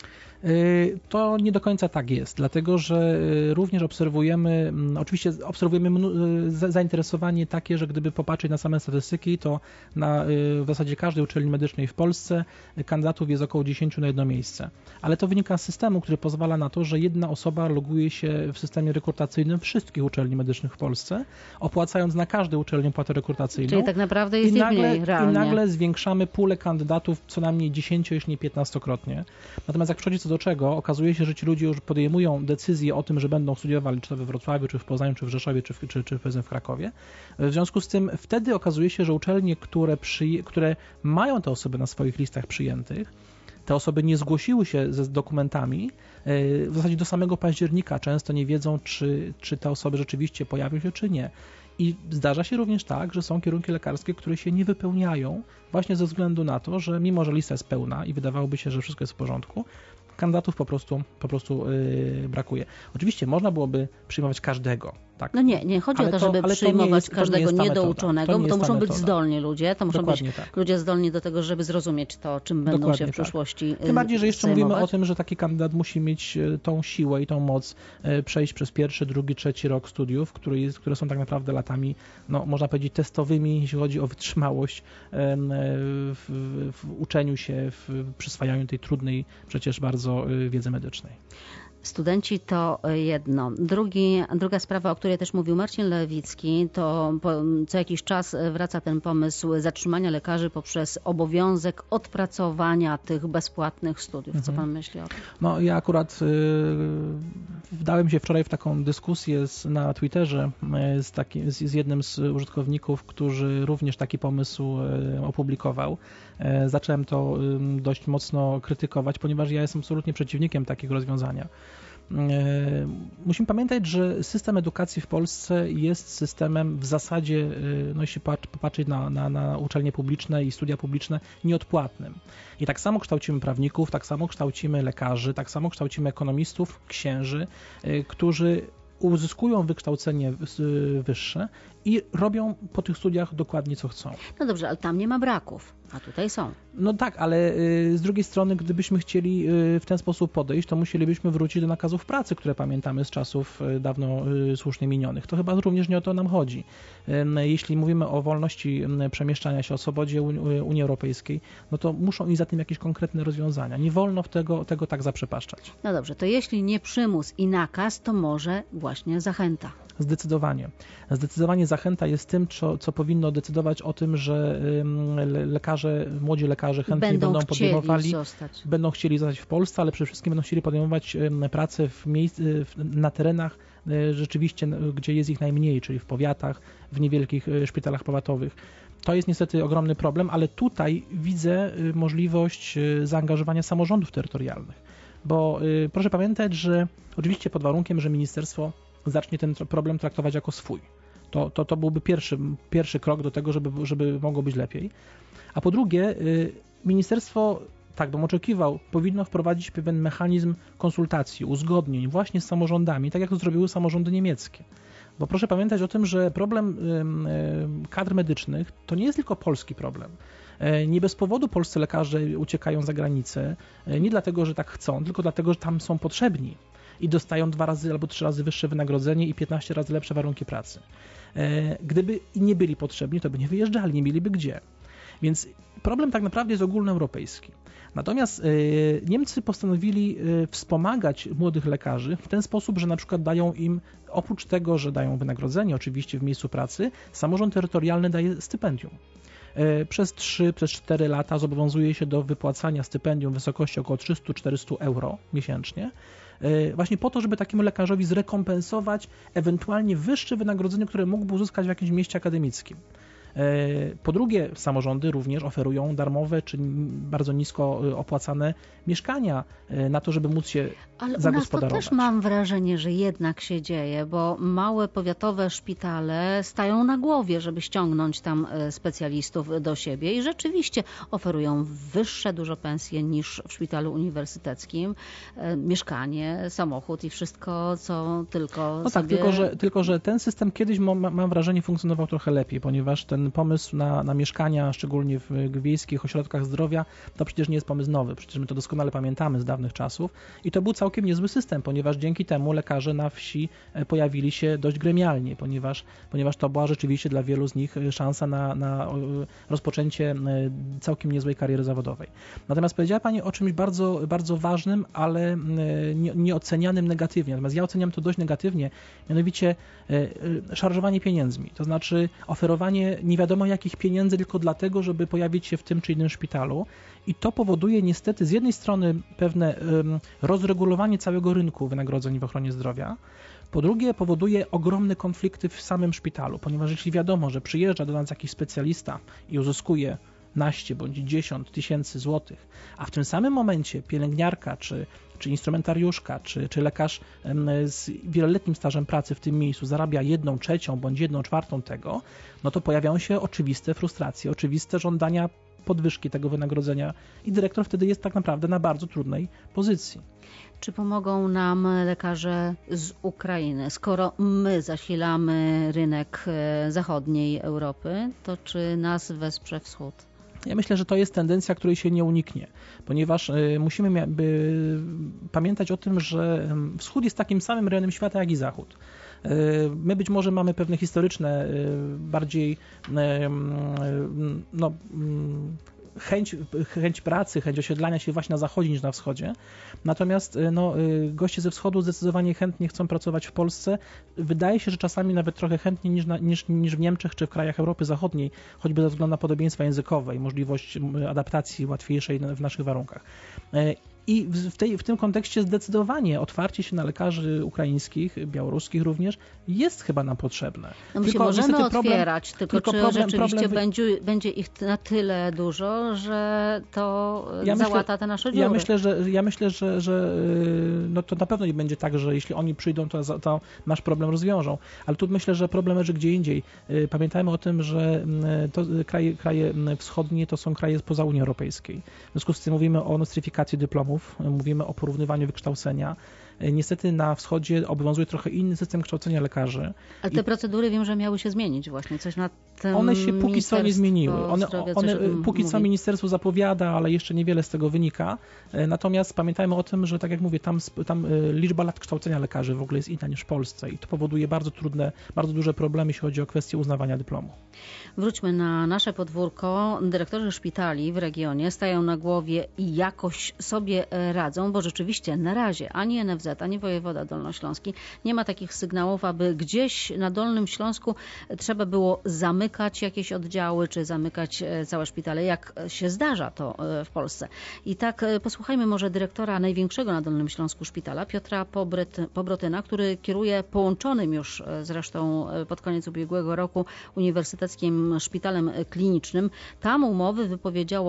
To nie do końca tak jest, dlatego że również obserwujemy zainteresowanie takie, że gdyby popatrzeć na same statystyki, to w zasadzie każdej uczelni medycznej w Polsce kandydatów jest około 10 na jedno miejsce. Ale to wynika z systemu, który pozwala na to, że jedna osoba loguje się w systemie rekrutacyjnym wszystkich uczelni medycznych w Polsce, opłacając na każdej uczelni opłatę rekrutacyjną. Czyli tak naprawdę jest mniej realnie. I nagle zwiększamy pulę kandydatów co najmniej 10, jeśli nie 15-krotnie. Natomiast jak przychodzi co do czego, okazuje się, że ci ludzie już podejmują decyzję o tym, że będą studiowali czy to we Wrocławiu, czy w Poznaniu, czy w Rzeszowie, czy w Krakowie. W związku z tym wtedy okazuje się, że uczelnie, które mają te osoby na swoich listach przyjętych, te osoby nie zgłosiły się ze dokumentami, w zasadzie do samego października często nie wiedzą, czy te osoby rzeczywiście pojawią się, czy nie. I zdarza się również tak, że są kierunki lekarskie, które się nie wypełniają właśnie ze względu na to, że mimo, że lista jest pełna i wydawałoby się, że wszystko jest w porządku, kandydatów po prostu brakuje. Oczywiście można byłoby przyjmować każdego. Tak? No nie chodzi o to, żeby przyjmować każdego niedouczonego, bo to muszą być zdolni ludzie, to muszą być ludzie zdolni do tego, żeby zrozumieć to, czym będą się w przyszłości Tym bardziej, że jeszcze mówimy o tym, że taki kandydat musi mieć tą siłę i tą moc przejść przez pierwszy, drugi, trzeci rok studiów, które są tak naprawdę latami, można powiedzieć, testowymi, jeśli chodzi o wytrzymałość w uczeniu się, w przyswajaniu tej trudnej przecież bardzo wiedzy medycznej. Studenci to jedno. Druga sprawa, o której też mówił Marcin Lewicki, to co jakiś czas wraca ten pomysł zatrzymania lekarzy poprzez obowiązek odpracowania tych bezpłatnych studiów. Co pan myśli o tym? No ja akurat wdałem się wczoraj w taką dyskusję na Twitterze z jednym z użytkowników, który również taki pomysł opublikował. Zacząłem to dość mocno krytykować, ponieważ ja jestem absolutnie przeciwnikiem takiego rozwiązania. Musimy pamiętać, że system edukacji w Polsce jest systemem w zasadzie, no jeśli popatrzeć na uczelnie publiczne i studia publiczne, nieodpłatnym. I tak samo kształcimy prawników, tak samo kształcimy lekarzy, tak samo kształcimy ekonomistów, księży, którzy uzyskują wykształcenie wyższe i robią po tych studiach dokładnie co chcą. No dobrze, ale tam nie ma braków, a tutaj są. No tak, ale z drugiej strony, gdybyśmy chcieli w ten sposób podejść, to musielibyśmy wrócić do nakazów pracy, które pamiętamy z czasów dawno słusznie minionych. To chyba również nie o to nam chodzi. Jeśli mówimy o wolności przemieszczania się, o swobodzie Unii Europejskiej, no to muszą iść za tym jakieś konkretne rozwiązania. Nie wolno tego tak zaprzepaszczać. No dobrze, to jeśli nie przymus i nakaz, to może właśnie zachęta. Zdecydowanie. Zdecydowanie zachęta jest tym, co powinno decydować o tym, że młodzi lekarze chętnie będą chcieli zostać w Polsce, ale przede wszystkim będą chcieli podejmować pracę na terenach rzeczywiście, gdzie jest ich najmniej, czyli w powiatach, w niewielkich szpitalach powiatowych. To jest niestety ogromny problem, ale tutaj widzę możliwość zaangażowania samorządów terytorialnych. Bo proszę pamiętać, że oczywiście pod warunkiem, że ministerstwo zacznie ten problem traktować jako swój. To byłby pierwszy krok do tego, żeby mogło być lepiej. A po drugie, ministerstwo, tak bym oczekiwał, powinno wprowadzić pewien mechanizm konsultacji, uzgodnień właśnie z samorządami, tak jak to zrobiły samorządy niemieckie. Bo proszę pamiętać o tym, że problem kadr medycznych to nie jest tylko polski problem. Nie bez powodu polscy lekarze uciekają za granicę, nie dlatego, że tak chcą, tylko dlatego, że tam są potrzebni i dostają 2 razy albo 3 razy wyższe wynagrodzenie i 15 razy lepsze warunki pracy. Gdyby nie byli potrzebni, to by nie wyjeżdżali, nie mieliby gdzie. Więc problem tak naprawdę jest ogólnoeuropejski. Natomiast Niemcy postanowili wspomagać młodych lekarzy w ten sposób, że na przykład dają im, oprócz tego, że dają wynagrodzenie oczywiście w miejscu pracy, samorząd terytorialny daje stypendium. Przez 4 lata zobowiązuje się do wypłacania stypendium w wysokości około 300-400 euro miesięcznie, właśnie po to, żeby takiemu lekarzowi zrekompensować ewentualnie wyższe wynagrodzenie, które mógłby uzyskać w jakimś mieście akademickim. Po drugie, samorządy również oferują darmowe czy bardzo nisko opłacane mieszkania na to, żeby móc się zagospodarować. Ale u nas to też mam wrażenie, że jednak się dzieje, bo małe powiatowe szpitale stają na głowie, żeby ściągnąć tam specjalistów do siebie i rzeczywiście oferują wyższe dużo pensje niż w szpitalu uniwersyteckim, mieszkanie, samochód i wszystko, co tylko no sobie... tak, tylko że ten system kiedyś, mam wrażenie, funkcjonował trochę lepiej, ponieważ ten pomysł na mieszkania, szczególnie w wiejskich ośrodkach zdrowia, to przecież nie jest pomysł nowy. Przecież my to doskonale pamiętamy z dawnych czasów i to był całkiem niezły system, ponieważ dzięki temu lekarze na wsi pojawili się dość gremialnie, ponieważ to była rzeczywiście dla wielu z nich szansa na rozpoczęcie całkiem niezłej kariery zawodowej. Natomiast powiedziała Pani o czymś bardzo, bardzo ważnym, ale nieocenianym negatywnie. Natomiast ja oceniam to dość negatywnie, mianowicie szarżowanie pieniędzmi, to znaczy oferowanie nie wiadomo jakich pieniędzy tylko dlatego, żeby pojawić się w tym czy innym szpitalu i to powoduje niestety z jednej strony pewne rozregulowanie całego rynku wynagrodzeń w ochronie zdrowia, po drugie powoduje ogromne konflikty w samym szpitalu, ponieważ jeśli wiadomo, że przyjeżdża do nas jakiś specjalista i uzyskuje 15 bądź 10 tysięcy złotych, a w tym samym momencie pielęgniarka, czy instrumentariuszka, czy lekarz z wieloletnim stażem pracy w tym miejscu zarabia 1/3 bądź 1/4 tego, no to pojawiają się oczywiste frustracje, oczywiste żądania podwyżki tego wynagrodzenia i dyrektor wtedy jest tak naprawdę na bardzo trudnej pozycji. Czy pomogą nam lekarze z Ukrainy? Skoro my zasilamy rynek zachodniej Europy, to czy nas wesprze Wschód? Ja myślę, że to jest tendencja, której się nie uniknie, ponieważ musimy pamiętać o tym, że Wschód jest takim samym rejonem świata jak i Zachód. My być może mamy pewne historyczne, bardziej chęć pracy, chęć osiedlania się właśnie na zachodzie niż na wschodzie. Natomiast goście ze wschodu zdecydowanie chętnie chcą pracować w Polsce. Wydaje się, że czasami nawet trochę chętniej niż w Niemczech czy w krajach Europy Zachodniej, choćby ze względu na podobieństwa językowe i możliwość adaptacji łatwiejszej w naszych warunkach. I w tym kontekście zdecydowanie otwarcie się na lekarzy ukraińskich, białoruskich również jest chyba nam potrzebne. My się możemy otwierać, tylko czy rzeczywiście będzie ich na tyle dużo, że to załata te nasze dziury? Ja myślę, że to na pewno nie będzie tak, że jeśli oni przyjdą, to nasz problem rozwiążą. Ale tu myślę, że problem leży gdzie indziej. Pamiętajmy o tym, że kraje wschodnie to są kraje spoza Unii Europejskiej. W związku z tym mówimy o nostryfikacji dyplomów, mówimy o porównywaniu wykształcenia. Niestety na wschodzie obowiązuje trochę inny system kształcenia lekarzy. Ale te procedury wiem, że miały się zmienić właśnie. Coś na tym one się póki co nie zmieniły. One póki co ministerstwo zapowiada, ale jeszcze niewiele z tego wynika. Natomiast pamiętajmy o tym, że tak jak mówię, tam liczba lat kształcenia lekarzy w ogóle jest inna niż w Polsce i to powoduje bardzo duże problemy, jeśli chodzi o kwestię uznawania dyplomu. Wróćmy na nasze podwórko. Dyrektorzy szpitali w regionie stają na głowie i jakoś sobie radzą, bo rzeczywiście na razie ani NFZ, ani wojewoda dolnośląski nie ma takich sygnałów, aby gdzieś na Dolnym Śląsku trzeba było zamykać jakieś oddziały, czy zamykać całe szpitale, jak się zdarza to w Polsce. I tak posłuchajmy może dyrektora największego na Dolnym Śląsku szpitala, Piotra Pobrotyna, który kieruje połączonym już zresztą pod koniec ubiegłego roku Uniwersyteckim Szpitalem Klinicznym. Tam umowy wypowiedziało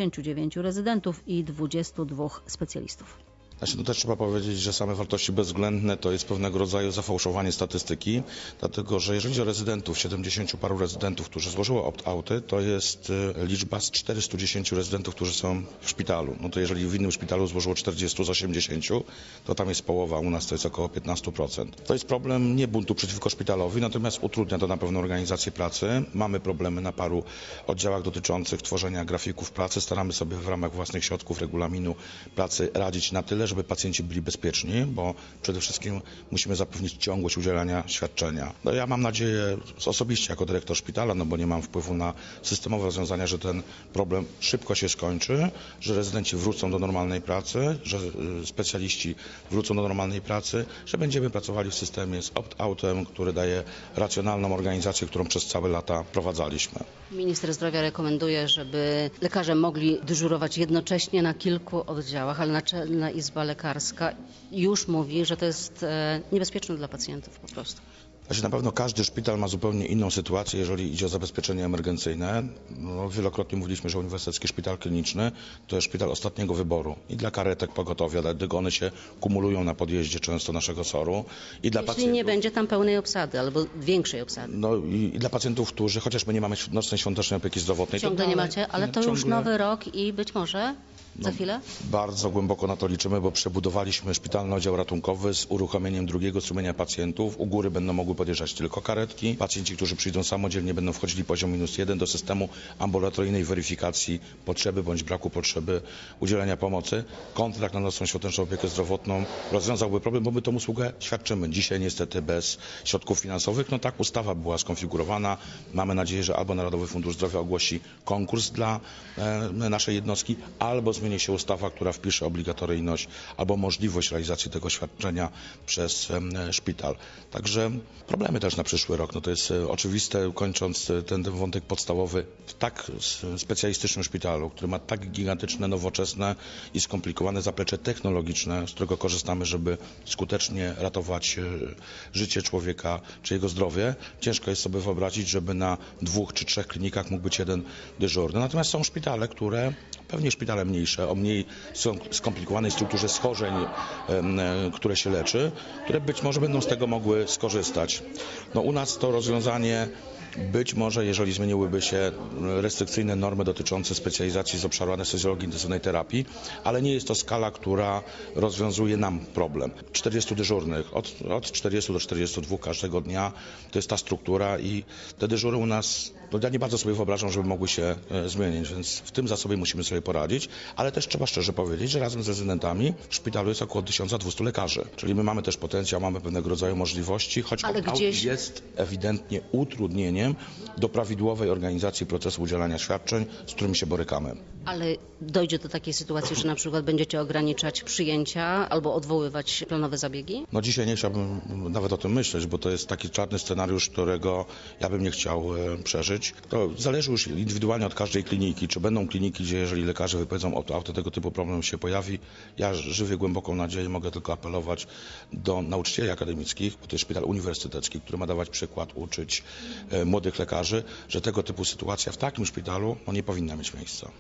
79 rezydentów i 22 specjalistów. Znaczy, też trzeba powiedzieć, że same wartości bezwzględne to jest pewnego rodzaju zafałszowanie statystyki, dlatego że jeżeli chodzi o rezydentów, 70 paru rezydentów, którzy złożyło opt-outy, to jest liczba z 410 rezydentów, którzy są w szpitalu. No to jeżeli w innym szpitalu złożyło 40 z 80, to tam jest połowa, u nas to jest około 15%. To jest problem nie buntu przeciwko szpitalowi, natomiast utrudnia to na pewno organizację pracy. Mamy problemy na paru oddziałach dotyczących tworzenia grafików pracy. Staramy sobie w ramach własnych środków regulaminu pracy radzić na tyle, żeby pacjenci byli bezpieczni, bo przede wszystkim musimy zapewnić ciągłość udzielania świadczenia. No ja mam nadzieję osobiście jako dyrektor szpitala, no bo nie mam wpływu na systemowe rozwiązania, że ten problem szybko się skończy, że rezydenci wrócą do normalnej pracy, że specjaliści wrócą do normalnej pracy, że będziemy pracowali w systemie z opt-outem, który daje racjonalną organizację, którą przez całe lata prowadzaliśmy. Minister zdrowia rekomenduje, żeby lekarze mogli dyżurować jednocześnie na kilku oddziałach, ale Naczelna Izba Lekarska już mówi, że to jest niebezpieczne dla pacjentów po prostu. Znaczy, na pewno każdy szpital ma zupełnie inną sytuację, jeżeli idzie o zabezpieczenie emergencyjne. No, wielokrotnie mówiliśmy, że Uniwersytecki Szpital Kliniczny to jest szpital ostatniego wyboru i dla karetek pogotowia, dlatego one się kumulują na podjeździe często naszego SOR-u. I dla pacjentów, nie będzie tam pełnej obsady albo większej obsady. No i dla pacjentów, którzy chociażby nie mamy nocnej świątecznej opieki zdrowotnej. Ciągle nie macie, ale to już nowy rok i być może za chwilę? Bardzo głęboko na to liczymy, bo przebudowaliśmy szpitalny oddział ratunkowy z uruchomieniem drugiego strumienia pacjentów. U góry będą mogły podjeżdżać tylko karetki. Pacjenci, którzy przyjdą samodzielnie, będą wchodzili poziom -1 do systemu ambulatoryjnej weryfikacji potrzeby bądź braku potrzeby udzielenia pomocy. Kontrakt na nocną świąteczną opiekę zdrowotną rozwiązałby problem, bo my tą usługę świadczymy. Dzisiaj niestety bez środków finansowych. No tak ustawa była skonfigurowana. Mamy nadzieję, że albo Narodowy Fundusz Zdrowia ogłosi konkurs dla naszej jednostki, albo zmieni się ustawa, która wpisze obligatoryjność albo możliwość realizacji tego świadczenia przez szpital. Także problemy też na przyszły rok. No to jest oczywiste, kończąc ten wątek podstawowy, w tak specjalistycznym szpitalu, który ma tak gigantyczne, nowoczesne i skomplikowane zaplecze technologiczne, z którego korzystamy, żeby skutecznie ratować życie człowieka czy jego zdrowie. Ciężko jest sobie wyobrazić, żeby na 2 czy 3 klinikach mógł być jeden dyżurny. Natomiast są szpitale, które, pewnie szpitale mniejsze, o mniej skomplikowanej strukturze schorzeń, które się leczy, które być może będą z tego mogły skorzystać. No u nas to rozwiązanie być może, jeżeli zmieniłyby się restrykcyjne normy dotyczące specjalizacji z obszaru anestezjologii intensywnej terapii, ale nie jest to skala, która rozwiązuje nam problem. 40 dyżurnych, od 40 do 42 każdego dnia, to jest ta struktura i te dyżury u nas, no ja nie bardzo sobie wyobrażam, żeby mogły się zmienić, więc w tym zasobie musimy sobie poradzić, ale ale też trzeba szczerze powiedzieć, że razem z rezydentami w szpitalu jest około 1200 lekarzy. Czyli my mamy też potencjał, mamy pewnego rodzaju możliwości, choć opt-out jest ewidentnie utrudnieniem do prawidłowej organizacji procesu udzielania świadczeń, z którymi się borykamy. Ale dojdzie do takiej sytuacji, że na przykład będziecie ograniczać przyjęcia albo odwoływać planowe zabiegi? No dzisiaj nie chciałbym nawet o tym myśleć, bo to jest taki czarny scenariusz, którego ja bym nie chciał przeżyć. To zależy już indywidualnie od każdej kliniki. Czy będą kliniki, gdzie jeżeli lekarze wypowiedzą opt-out, to tego typu problem się pojawi. Ja żywię głęboką nadzieję, mogę tylko apelować do nauczycieli akademickich, bo to jest szpital uniwersytecki, który ma dawać przykład, uczyć młodych lekarzy, że tego typu sytuacja w takim szpitalu nie powinna mieć miejsca.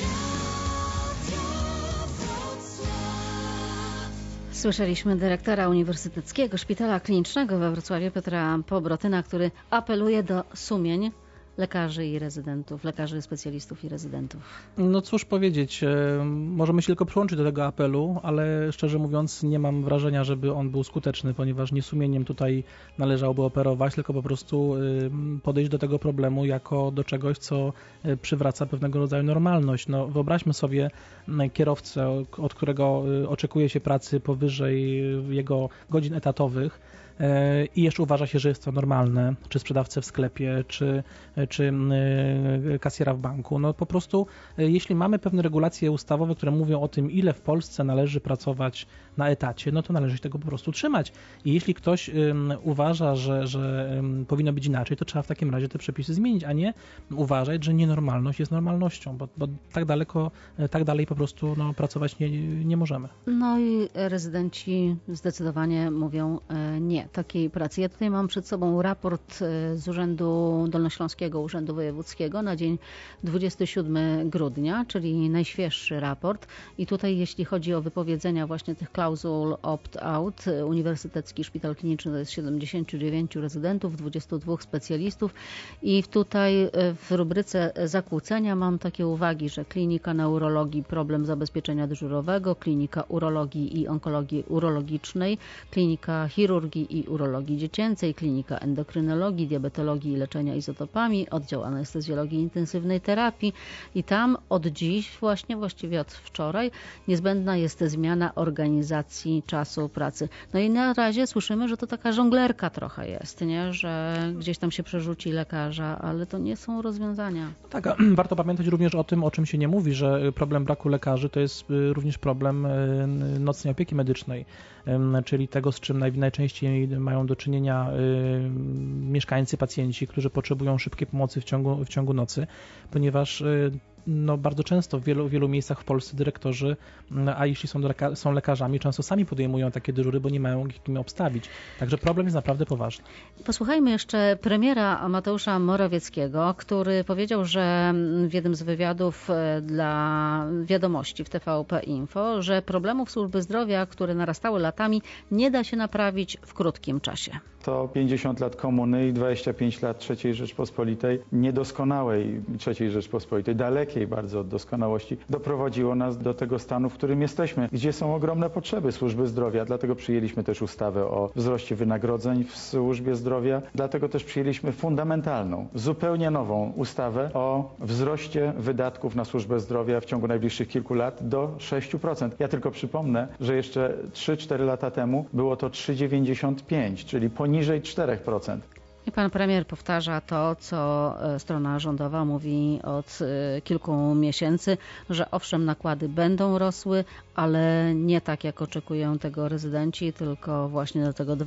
Słyszeliśmy dyrektora Uniwersyteckiego Szpitala Klinicznego we Wrocławiu Piotra Pobrotyna, który apeluje do sumień lekarzy i rezydentów, lekarzy specjalistów i rezydentów. No cóż powiedzieć, możemy się tylko przyłączyć do tego apelu, ale szczerze mówiąc nie mam wrażenia, żeby on był skuteczny, ponieważ nie sumieniem tutaj należałoby operować, tylko po prostu podejść do tego problemu jako do czegoś, co przywraca pewnego rodzaju normalność. No, wyobraźmy sobie kierowcę, od którego oczekuje się pracy powyżej jego godzin etatowych, i jeszcze uważa się, że jest to normalne, czy sprzedawcę w sklepie, czy kasjera w banku. No po prostu jeśli mamy pewne regulacje ustawowe, które mówią o tym, ile w Polsce należy pracować na etacie, no to należy się tego po prostu trzymać. I jeśli ktoś uważa, że powinno być inaczej, to trzeba w takim razie te przepisy zmienić, a nie uważać, że nienormalność jest normalnością, bo tak dalej po prostu pracować nie możemy. No i rezydenci zdecydowanie mówią nie takiej pracy. Ja tutaj mam przed sobą raport z Urzędu Dolnośląskiego, Urzędu Wojewódzkiego na dzień 27 grudnia, czyli najświeższy raport. I tutaj jeśli chodzi o wypowiedzenia właśnie tych klauzul opt-out, Uniwersytecki Szpital Kliniczny to jest 79 rezydentów, 22 specjalistów i tutaj w rubryce zakłócenia mam takie uwagi, że klinika neurologii, problem zabezpieczenia dyżurowego, klinika urologii i onkologii urologicznej, klinika chirurgii i urologii dziecięcej, klinika endokrynologii, diabetologii i leczenia izotopami, oddział anestezjologii i intensywnej terapii i tam od dziś, właściwie od wczoraj, niezbędna jest zmiana organizacji czasu pracy. No i na razie słyszymy, że to taka żonglerka trochę jest, nie? Że gdzieś tam się przerzuci lekarza, ale to nie są rozwiązania. Tak, warto pamiętać również o tym, o czym się nie mówi, że problem braku lekarzy to jest również problem nocnej opieki medycznej, czyli tego, z czym najczęściej mają do czynienia mieszkańcy, pacjenci, którzy potrzebują szybkiej pomocy w ciągu nocy, ponieważ bardzo często w wielu miejscach w Polsce dyrektorzy, a jeśli są lekarzami, często sami podejmują takie dyżury, bo nie mają kim obstawić. Także problem jest naprawdę poważny. Posłuchajmy jeszcze premiera Mateusza Morawieckiego, który powiedział, że w jednym z wywiadów dla Wiadomości w TVP Info, że problemów służby zdrowia, które narastały latami, nie da się naprawić w krótkim czasie. To 50 lat komuny i 25 lat III Rzeczpospolitej, niedoskonałej III Rzeczpospolitej, dalekiej bardzo od doskonałości, doprowadziło nas do tego stanu, w którym jesteśmy, gdzie są ogromne potrzeby służby zdrowia. Dlatego przyjęliśmy też ustawę o wzroście wynagrodzeń w służbie zdrowia. Dlatego też przyjęliśmy fundamentalną, zupełnie nową ustawę o wzroście wydatków na służbę zdrowia w ciągu najbliższych kilku lat do 6%. Ja tylko przypomnę, że jeszcze 3-4 lata temu było to 3,95, czyli poniżej 4%. I pan premier powtarza to, co strona rządowa mówi od kilku miesięcy, że owszem, nakłady będą rosły, ale nie tak, jak oczekują tego rezydenci, tylko właśnie do tego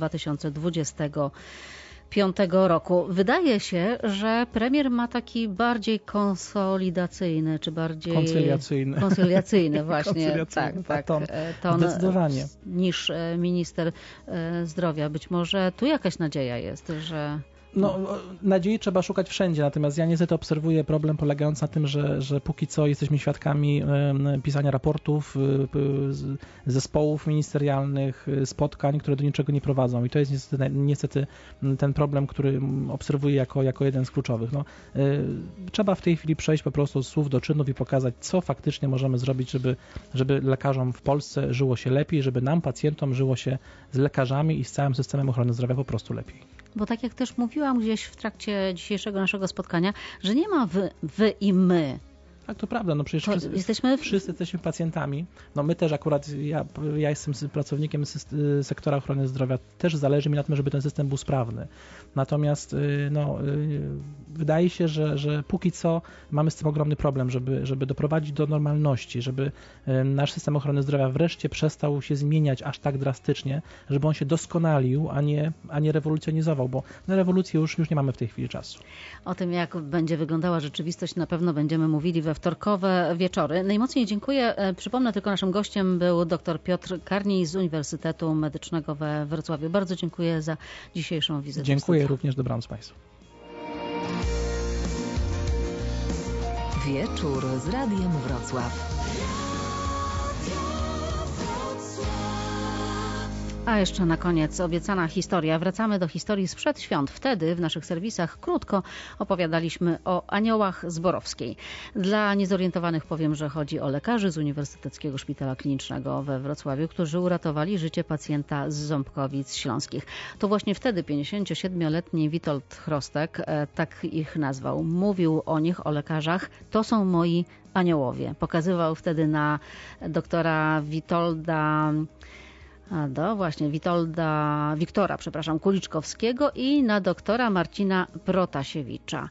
2025 roku. Wydaje się, że premier ma taki bardziej konsolidacyjny, czy bardziej koncyliacyjny właśnie ton zdecydowanie niż minister zdrowia. Być może tu jakaś nadzieja jest, że... Nadziei trzeba szukać wszędzie, natomiast ja niestety obserwuję problem polegający na tym, że póki co jesteśmy świadkami pisania raportów, zespołów ministerialnych, spotkań, które do niczego nie prowadzą i to jest niestety ten problem, który obserwuję jako jeden z kluczowych. Trzeba w tej chwili przejść po prostu od słów do czynów i pokazać, co faktycznie możemy zrobić, żeby lekarzom w Polsce żyło się lepiej, żeby nam, pacjentom, żyło się z lekarzami i z całym systemem ochrony zdrowia po prostu lepiej. Bo tak jak też mówiłam gdzieś w trakcie dzisiejszego naszego spotkania, że nie ma wy i my, Tak, to prawda. No przecież wszyscy jesteśmy pacjentami. No my też akurat, ja jestem pracownikiem sektora ochrony zdrowia, też zależy mi na tym, żeby ten system był sprawny. Natomiast wydaje się, że póki co mamy z tym ogromny problem, żeby doprowadzić do normalności, żeby nasz system ochrony zdrowia wreszcie przestał się zmieniać aż tak drastycznie, żeby on się doskonalił, a nie rewolucjonizował, bo na rewolucję już nie mamy w tej chwili czasu. O tym, jak będzie wyglądała rzeczywistość, na pewno będziemy mówili we wtorkowe wieczory. Najmocniej dziękuję. Przypomnę tylko, naszym gościem był dr Piotr Karnij z Uniwersytetu Medycznego we Wrocławiu. Bardzo dziękuję za dzisiejszą wizytę. Dziękuję również, dobranoc Państwu. Wieczór z Radiem Wrocław. A jeszcze na koniec obiecana historia. Wracamy do historii sprzed świąt. Wtedy w naszych serwisach krótko opowiadaliśmy o aniołach z Borowskiej. Dla niezorientowanych powiem, że chodzi o lekarzy z Uniwersyteckiego Szpitala Klinicznego we Wrocławiu, którzy uratowali życie pacjenta z Ząbkowic Śląskich. To właśnie wtedy 57-letni Witold Chrostek, tak ich nazwał, mówił o nich, o lekarzach: to są moi aniołowie. Pokazywał wtedy na doktora Wiktora Kuliczkowskiego i na doktora Marcina Protasiewicza.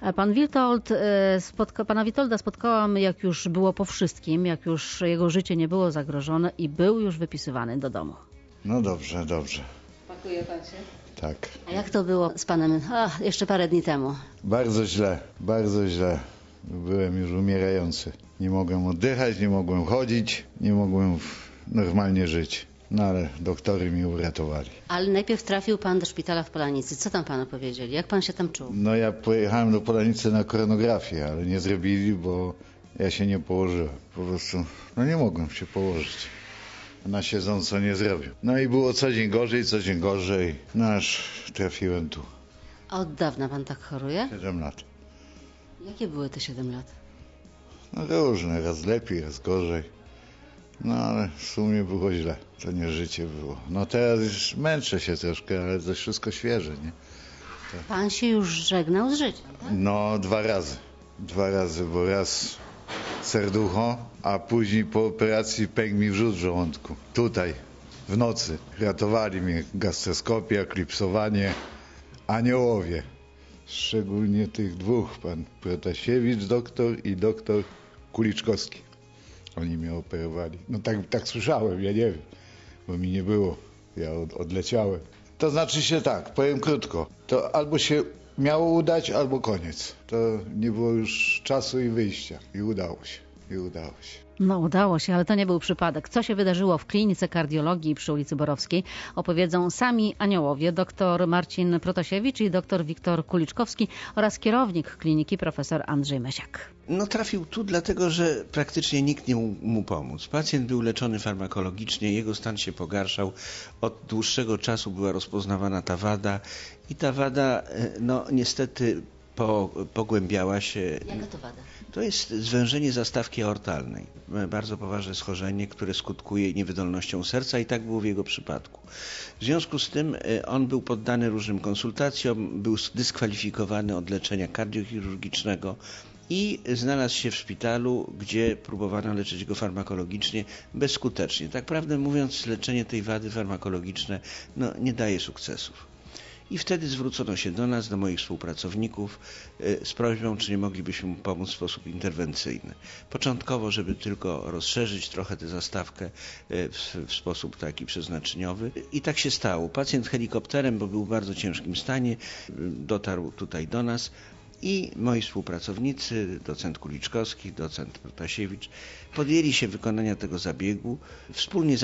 Pana Witolda spotkałam, jak już było po wszystkim, jak już jego życie nie było zagrożone i był już wypisywany do domu. No dobrze. Pakuje pan się? Tak. A jak to było z panem jeszcze parę dni temu? Bardzo źle. Byłem już umierający. Nie mogłem oddychać, nie mogłem chodzić, nie mogłem normalnie żyć. No ale doktory mi uratowali. Ale najpierw trafił pan do szpitala w Polanicy. Co tam panu powiedzieli? Jak pan się tam czuł? No ja pojechałem do Polanicy na koronografię, ale nie zrobili, bo ja się nie położyłem. Po prostu, nie mogłem się położyć. Na siedząco nie zrobił. No i było co dzień gorzej. No aż trafiłem tu. A od dawna pan tak choruje? 7 lat. Jakie były te 7 lat? No różne, raz lepiej, raz gorzej. No ale w sumie było źle, to nie życie było. No teraz już męczę się troszkę, ale to wszystko świeże, nie? To... Pan się już żegnał z życiem, tak? No 2 razy. 2 razy, bo raz serducho, a później po operacji pękł mi wrzód w żołądku. Tutaj, w nocy. Ratowali mnie gastroskopia, klipsowanie, aniołowie. Szczególnie tych 2, pan Protasiewicz doktor i doktor Kuliczkowski. Oni mnie operowali. No tak słyszałem, ja nie wiem, bo mi nie było. Ja odleciałem. To znaczy się tak, powiem krótko. To albo się miało udać, albo koniec. To nie było już czasu i wyjścia. I udało się. No udało się, ale to nie był przypadek. Co się wydarzyło w klinice kardiologii przy ulicy Borowskiej, opowiedzą sami aniołowie, dr Marcin Protasiewicz i dr Wiktor Kuliczkowski oraz kierownik kliniki profesor Andrzej Mesiak. No trafił tu dlatego, że praktycznie nikt nie mógł mu pomóc. Pacjent był leczony farmakologicznie, jego stan się pogarszał. Od dłuższego czasu była rozpoznawana ta wada i ta wada niestety pogłębiała się. Jaka to wada? To jest zwężenie zastawki aortalnej. Bardzo poważne schorzenie, które skutkuje niewydolnością serca i tak było w jego przypadku. W związku z tym on był poddany różnym konsultacjom, był dyskwalifikowany od leczenia kardiochirurgicznego i znalazł się w szpitalu, gdzie próbowano leczyć go farmakologicznie bezskutecznie. Tak prawdę mówiąc, leczenie tej wady farmakologiczne nie daje sukcesów. I wtedy zwrócono się do nas, do moich współpracowników z prośbą, czy nie moglibyśmy mu pomóc w sposób interwencyjny. Początkowo, żeby tylko rozszerzyć trochę tę zastawkę w sposób taki przeznaczeniowy. I tak się stało. Pacjent helikopterem, bo był w bardzo ciężkim stanie, dotarł tutaj do nas. I moi współpracownicy, docent Kuliczkowski, docent Protasiewicz, podjęli się wykonania tego zabiegu. Wspólnie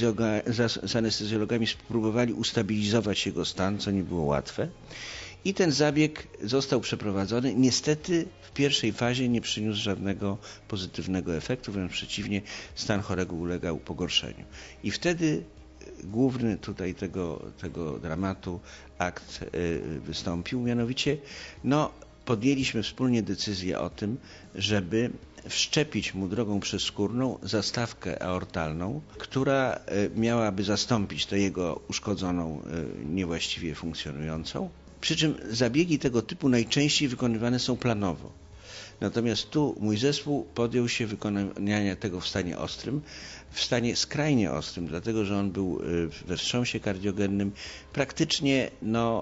z anestezjologami spróbowali ustabilizować jego stan, co nie było łatwe. I ten zabieg został przeprowadzony. Niestety w pierwszej fazie nie przyniósł żadnego pozytywnego efektu, wręcz przeciwnie, stan chorego ulegał pogorszeniu. I wtedy główny tutaj tego dramatu akt wystąpił, mianowicie podjęliśmy wspólnie decyzję o tym, żeby wszczepić mu drogą przezskórną zastawkę aortalną, która miałaby zastąpić tę jego uszkodzoną, niewłaściwie funkcjonującą. Przy czym zabiegi tego typu najczęściej wykonywane są planowo. Natomiast tu mój zespół podjął się wykonania tego w stanie ostrym, w stanie skrajnie ostrym, dlatego że on był we wstrząsie kardiogennym. Praktycznie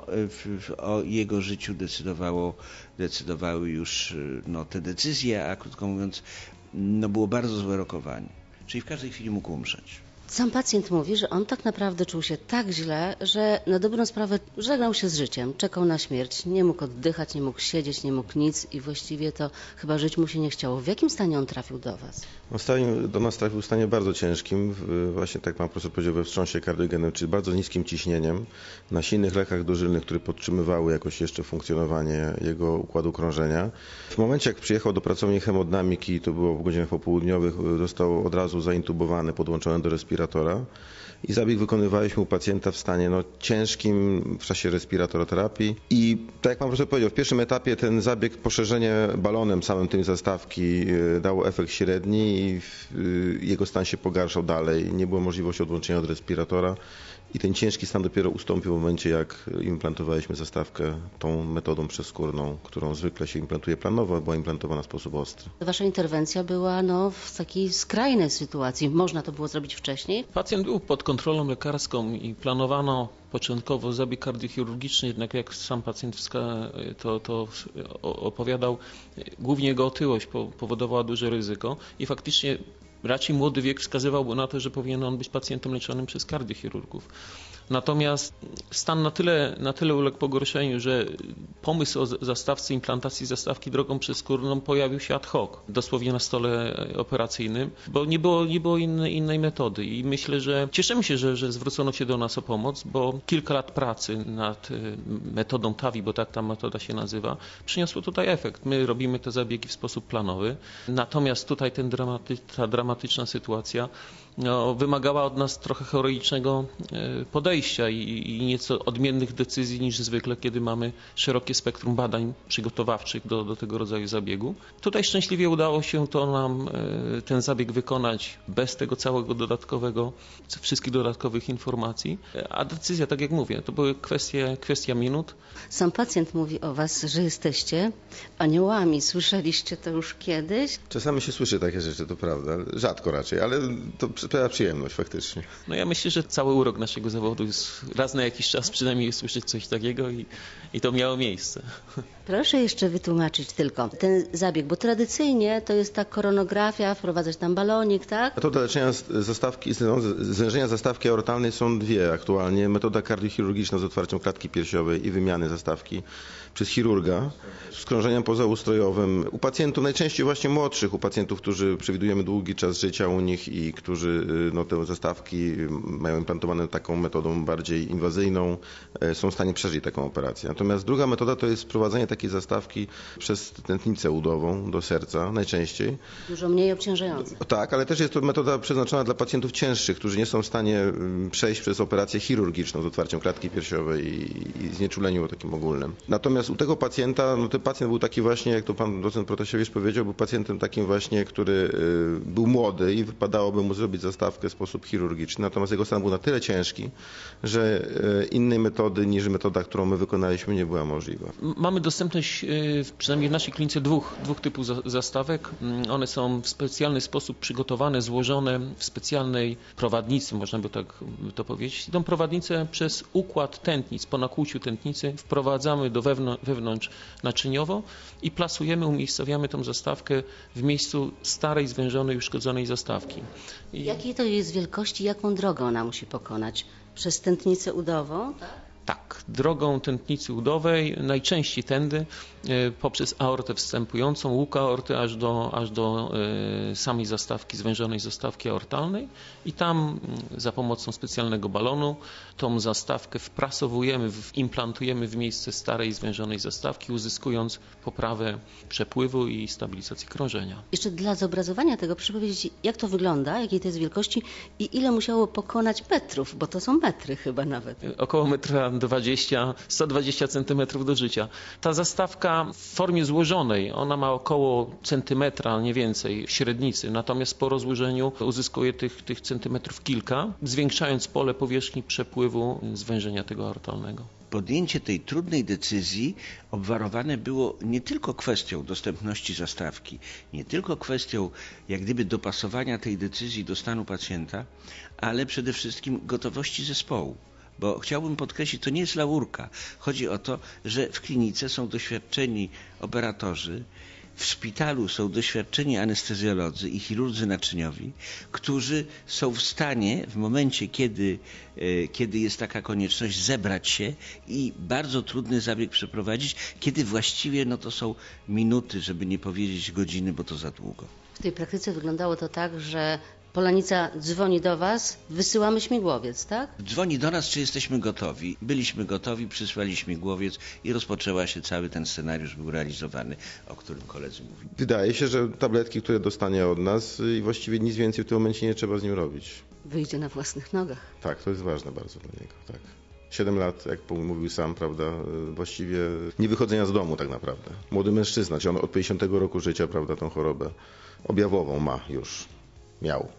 o jego życiu decydowały już te decyzje, a krótko mówiąc było bardzo złe rokowanie. Czyli w każdej chwili mógł umrzeć. Sam pacjent mówi, że on tak naprawdę czuł się tak źle, że na dobrą sprawę żegnał się z życiem, czekał na śmierć, nie mógł oddychać, nie mógł siedzieć, nie mógł nic i właściwie to chyba żyć mu się nie chciało. W jakim stanie on trafił do Was? Do nas trafił w stanie bardzo ciężkim, właśnie tak pan profesor powiedział, we wstrząsie kardiogennym, czyli bardzo niskim ciśnieniem, na silnych lekach dożylnych, które podtrzymywały jakoś jeszcze funkcjonowanie jego układu krążenia. W momencie, jak przyjechał do pracowni hemodynamiki, to było w godzinach popołudniowych, został od razu zaintubowany, podłączony do respiratora i zabieg wykonywaliśmy u pacjenta w stanie ciężkim w czasie respiratoterapii i tak jak pan profesor powiedział, w pierwszym etapie ten zabieg, poszerzenie balonem samym tym zastawki dało efekt średni i jego stan się pogarszał dalej. Nie było możliwości odłączenia od respiratora i ten ciężki stan dopiero ustąpił w momencie, jak implantowaliśmy zastawkę tą metodą przeskórną, którą zwykle się implantuje planowo, była implantowana w sposób ostry. Wasza interwencja była w takiej skrajnej sytuacji. Można to było zrobić wcześniej? Pacjent był pod kontrolą lekarską i planowano początkowo zabieg kardiochirurgiczny, jednak jak sam pacjent to opowiadał, głównie jego otyłość powodowała duże ryzyko i faktycznie raczej młody wiek wskazywałby na to, że powinien on być pacjentem leczonym przez kardiochirurgów. Natomiast stan na tyle uległ pogorszeniu, że pomysł o zastawce, implantacji zastawki drogą przeskórną pojawił się ad hoc, dosłownie na stole operacyjnym, bo nie było innej metody. I myślę, że cieszymy się, że zwrócono się do nas o pomoc, bo kilka lat pracy nad metodą TAVI, bo tak ta metoda się nazywa, przyniosło tutaj efekt. My robimy te zabiegi w sposób planowy, natomiast tutaj ta dramatyczna sytuacja wymagała od nas trochę heroicznego podejścia i nieco odmiennych decyzji niż zwykle, kiedy mamy szerokie spektrum badań przygotowawczych do tego rodzaju zabiegu. Tutaj szczęśliwie udało się nam ten zabieg wykonać bez tego całego wszystkich dodatkowych informacji, a decyzja, tak jak mówię, to były kwestia minut. Sam pacjent mówi o Was, że jesteście aniołami. Słyszeliście to już kiedyś? Czasami się słyszy takie rzeczy, to prawda, rzadko raczej, ale to sprawia przyjemność faktycznie. Ja myślę, że cały urok naszego zawodu jest raz na jakiś czas przynajmniej słyszeć coś takiego i to miało miejsce. Proszę jeszcze wytłumaczyć tylko ten zabieg, bo tradycyjnie to jest ta koronografia, wprowadzać tam balonik, tak? Metoda leczenia zwężenia zastawki aortalnej są dwie aktualnie. Metoda kardiochirurgiczna z otwarciem klatki piersiowej i wymiany zastawki przez chirurga z krążeniem pozaustrojowym. U pacjentów, najczęściej właśnie młodszych, u pacjentów, którzy przewidujemy długi czas życia u nich i którzy te zastawki mają implantowane taką metodą bardziej inwazyjną, są w stanie przeżyć taką operację. Natomiast druga metoda to jest wprowadzenie takiej zastawki przez tętnicę udową do serca, najczęściej. Dużo mniej obciążająca. Tak, ale też jest to metoda przeznaczona dla pacjentów cięższych, którzy nie są w stanie przejść przez operację chirurgiczną z otwarciem klatki piersiowej i znieczuleniu takim ogólnym. Natomiast u tego pacjenta, ten pacjent był taki właśnie, jak to pan docent Protasiewicz powiedział, był pacjentem takim właśnie, który był młody i wypadałoby mu zrobić zastawkę w sposób chirurgiczny. Natomiast jego stan był na tyle ciężki, że innej metody niż metoda, którą my wykonaliśmy, nie była możliwa. Mamy dostępność, przynajmniej w naszej klinice, dwóch typów zastawek. One są w specjalny sposób przygotowane, złożone w specjalnej prowadnicy, można by tak to powiedzieć. Tą prowadnicę przez układ tętnic, po nakłuciu tętnicy wprowadzamy do wewnątrz naczyniowo i plasujemy, umiejscowiamy tą zastawkę w miejscu starej, zwężonej, uszkodzonej zastawki. Jakiej to jest wielkości, jaką drogę ona musi pokonać? Przez tętnicę udową? Tak, drogą tętnicy udowej, najczęściej tędy, poprzez aortę wstępującą, łuk aorty aż do samej zastawki, zwężonej zastawki aortalnej i tam za pomocą specjalnego balonu tą zastawkę wprasowujemy, implantujemy w miejsce starej, zwężonej zastawki, uzyskując poprawę przepływu i stabilizacji krążenia. Jeszcze dla zobrazowania tego proszę powiedzieć, jak to wygląda, jakiej to jest wielkości i ile musiało pokonać metrów, bo to są metry chyba nawet. Około 1,20 120 cm do życia. Ta zastawka w formie złożonej, ona ma około centymetra, nie więcej, średnicy, natomiast po rozłożeniu uzyskuje tych centymetrów kilka, zwiększając pole powierzchni przepływu zwężenia tego aortalnego. Podjęcie tej trudnej decyzji obwarowane było nie tylko kwestią dostępności zastawki, nie tylko kwestią jak gdyby dopasowania tej decyzji do stanu pacjenta, ale przede wszystkim gotowości zespołu. Bo chciałbym podkreślić, to nie jest laurka. Chodzi o to, że w klinice są doświadczeni operatorzy, w szpitalu są doświadczeni anestezjolodzy i chirurdzy naczyniowi, którzy są w stanie w momencie, kiedy jest taka konieczność, zebrać się i bardzo trudny zabieg przeprowadzić, kiedy właściwie to są minuty, żeby nie powiedzieć godziny, bo to za długo. W tej praktyce wyglądało to tak, że polanica dzwoni do Was, wysyłamy śmigłowiec, tak? Dzwoni do nas, czy jesteśmy gotowi. Byliśmy gotowi, przysłali śmigłowiec i rozpoczęła się cały ten scenariusz, był realizowany, o którym koledzy mówili. Wydaje się, że tabletki, które dostanie od nas i właściwie nic więcej w tym momencie nie trzeba z nim robić. Wyjdzie na własnych nogach. Tak, to jest ważne bardzo dla niego, tak. 7 lat, jak mówił sam, prawda, właściwie nie wychodzenia z domu tak naprawdę. Młody mężczyzna, czy on od 50 roku życia, prawda, tą chorobę objawową ma już, miał.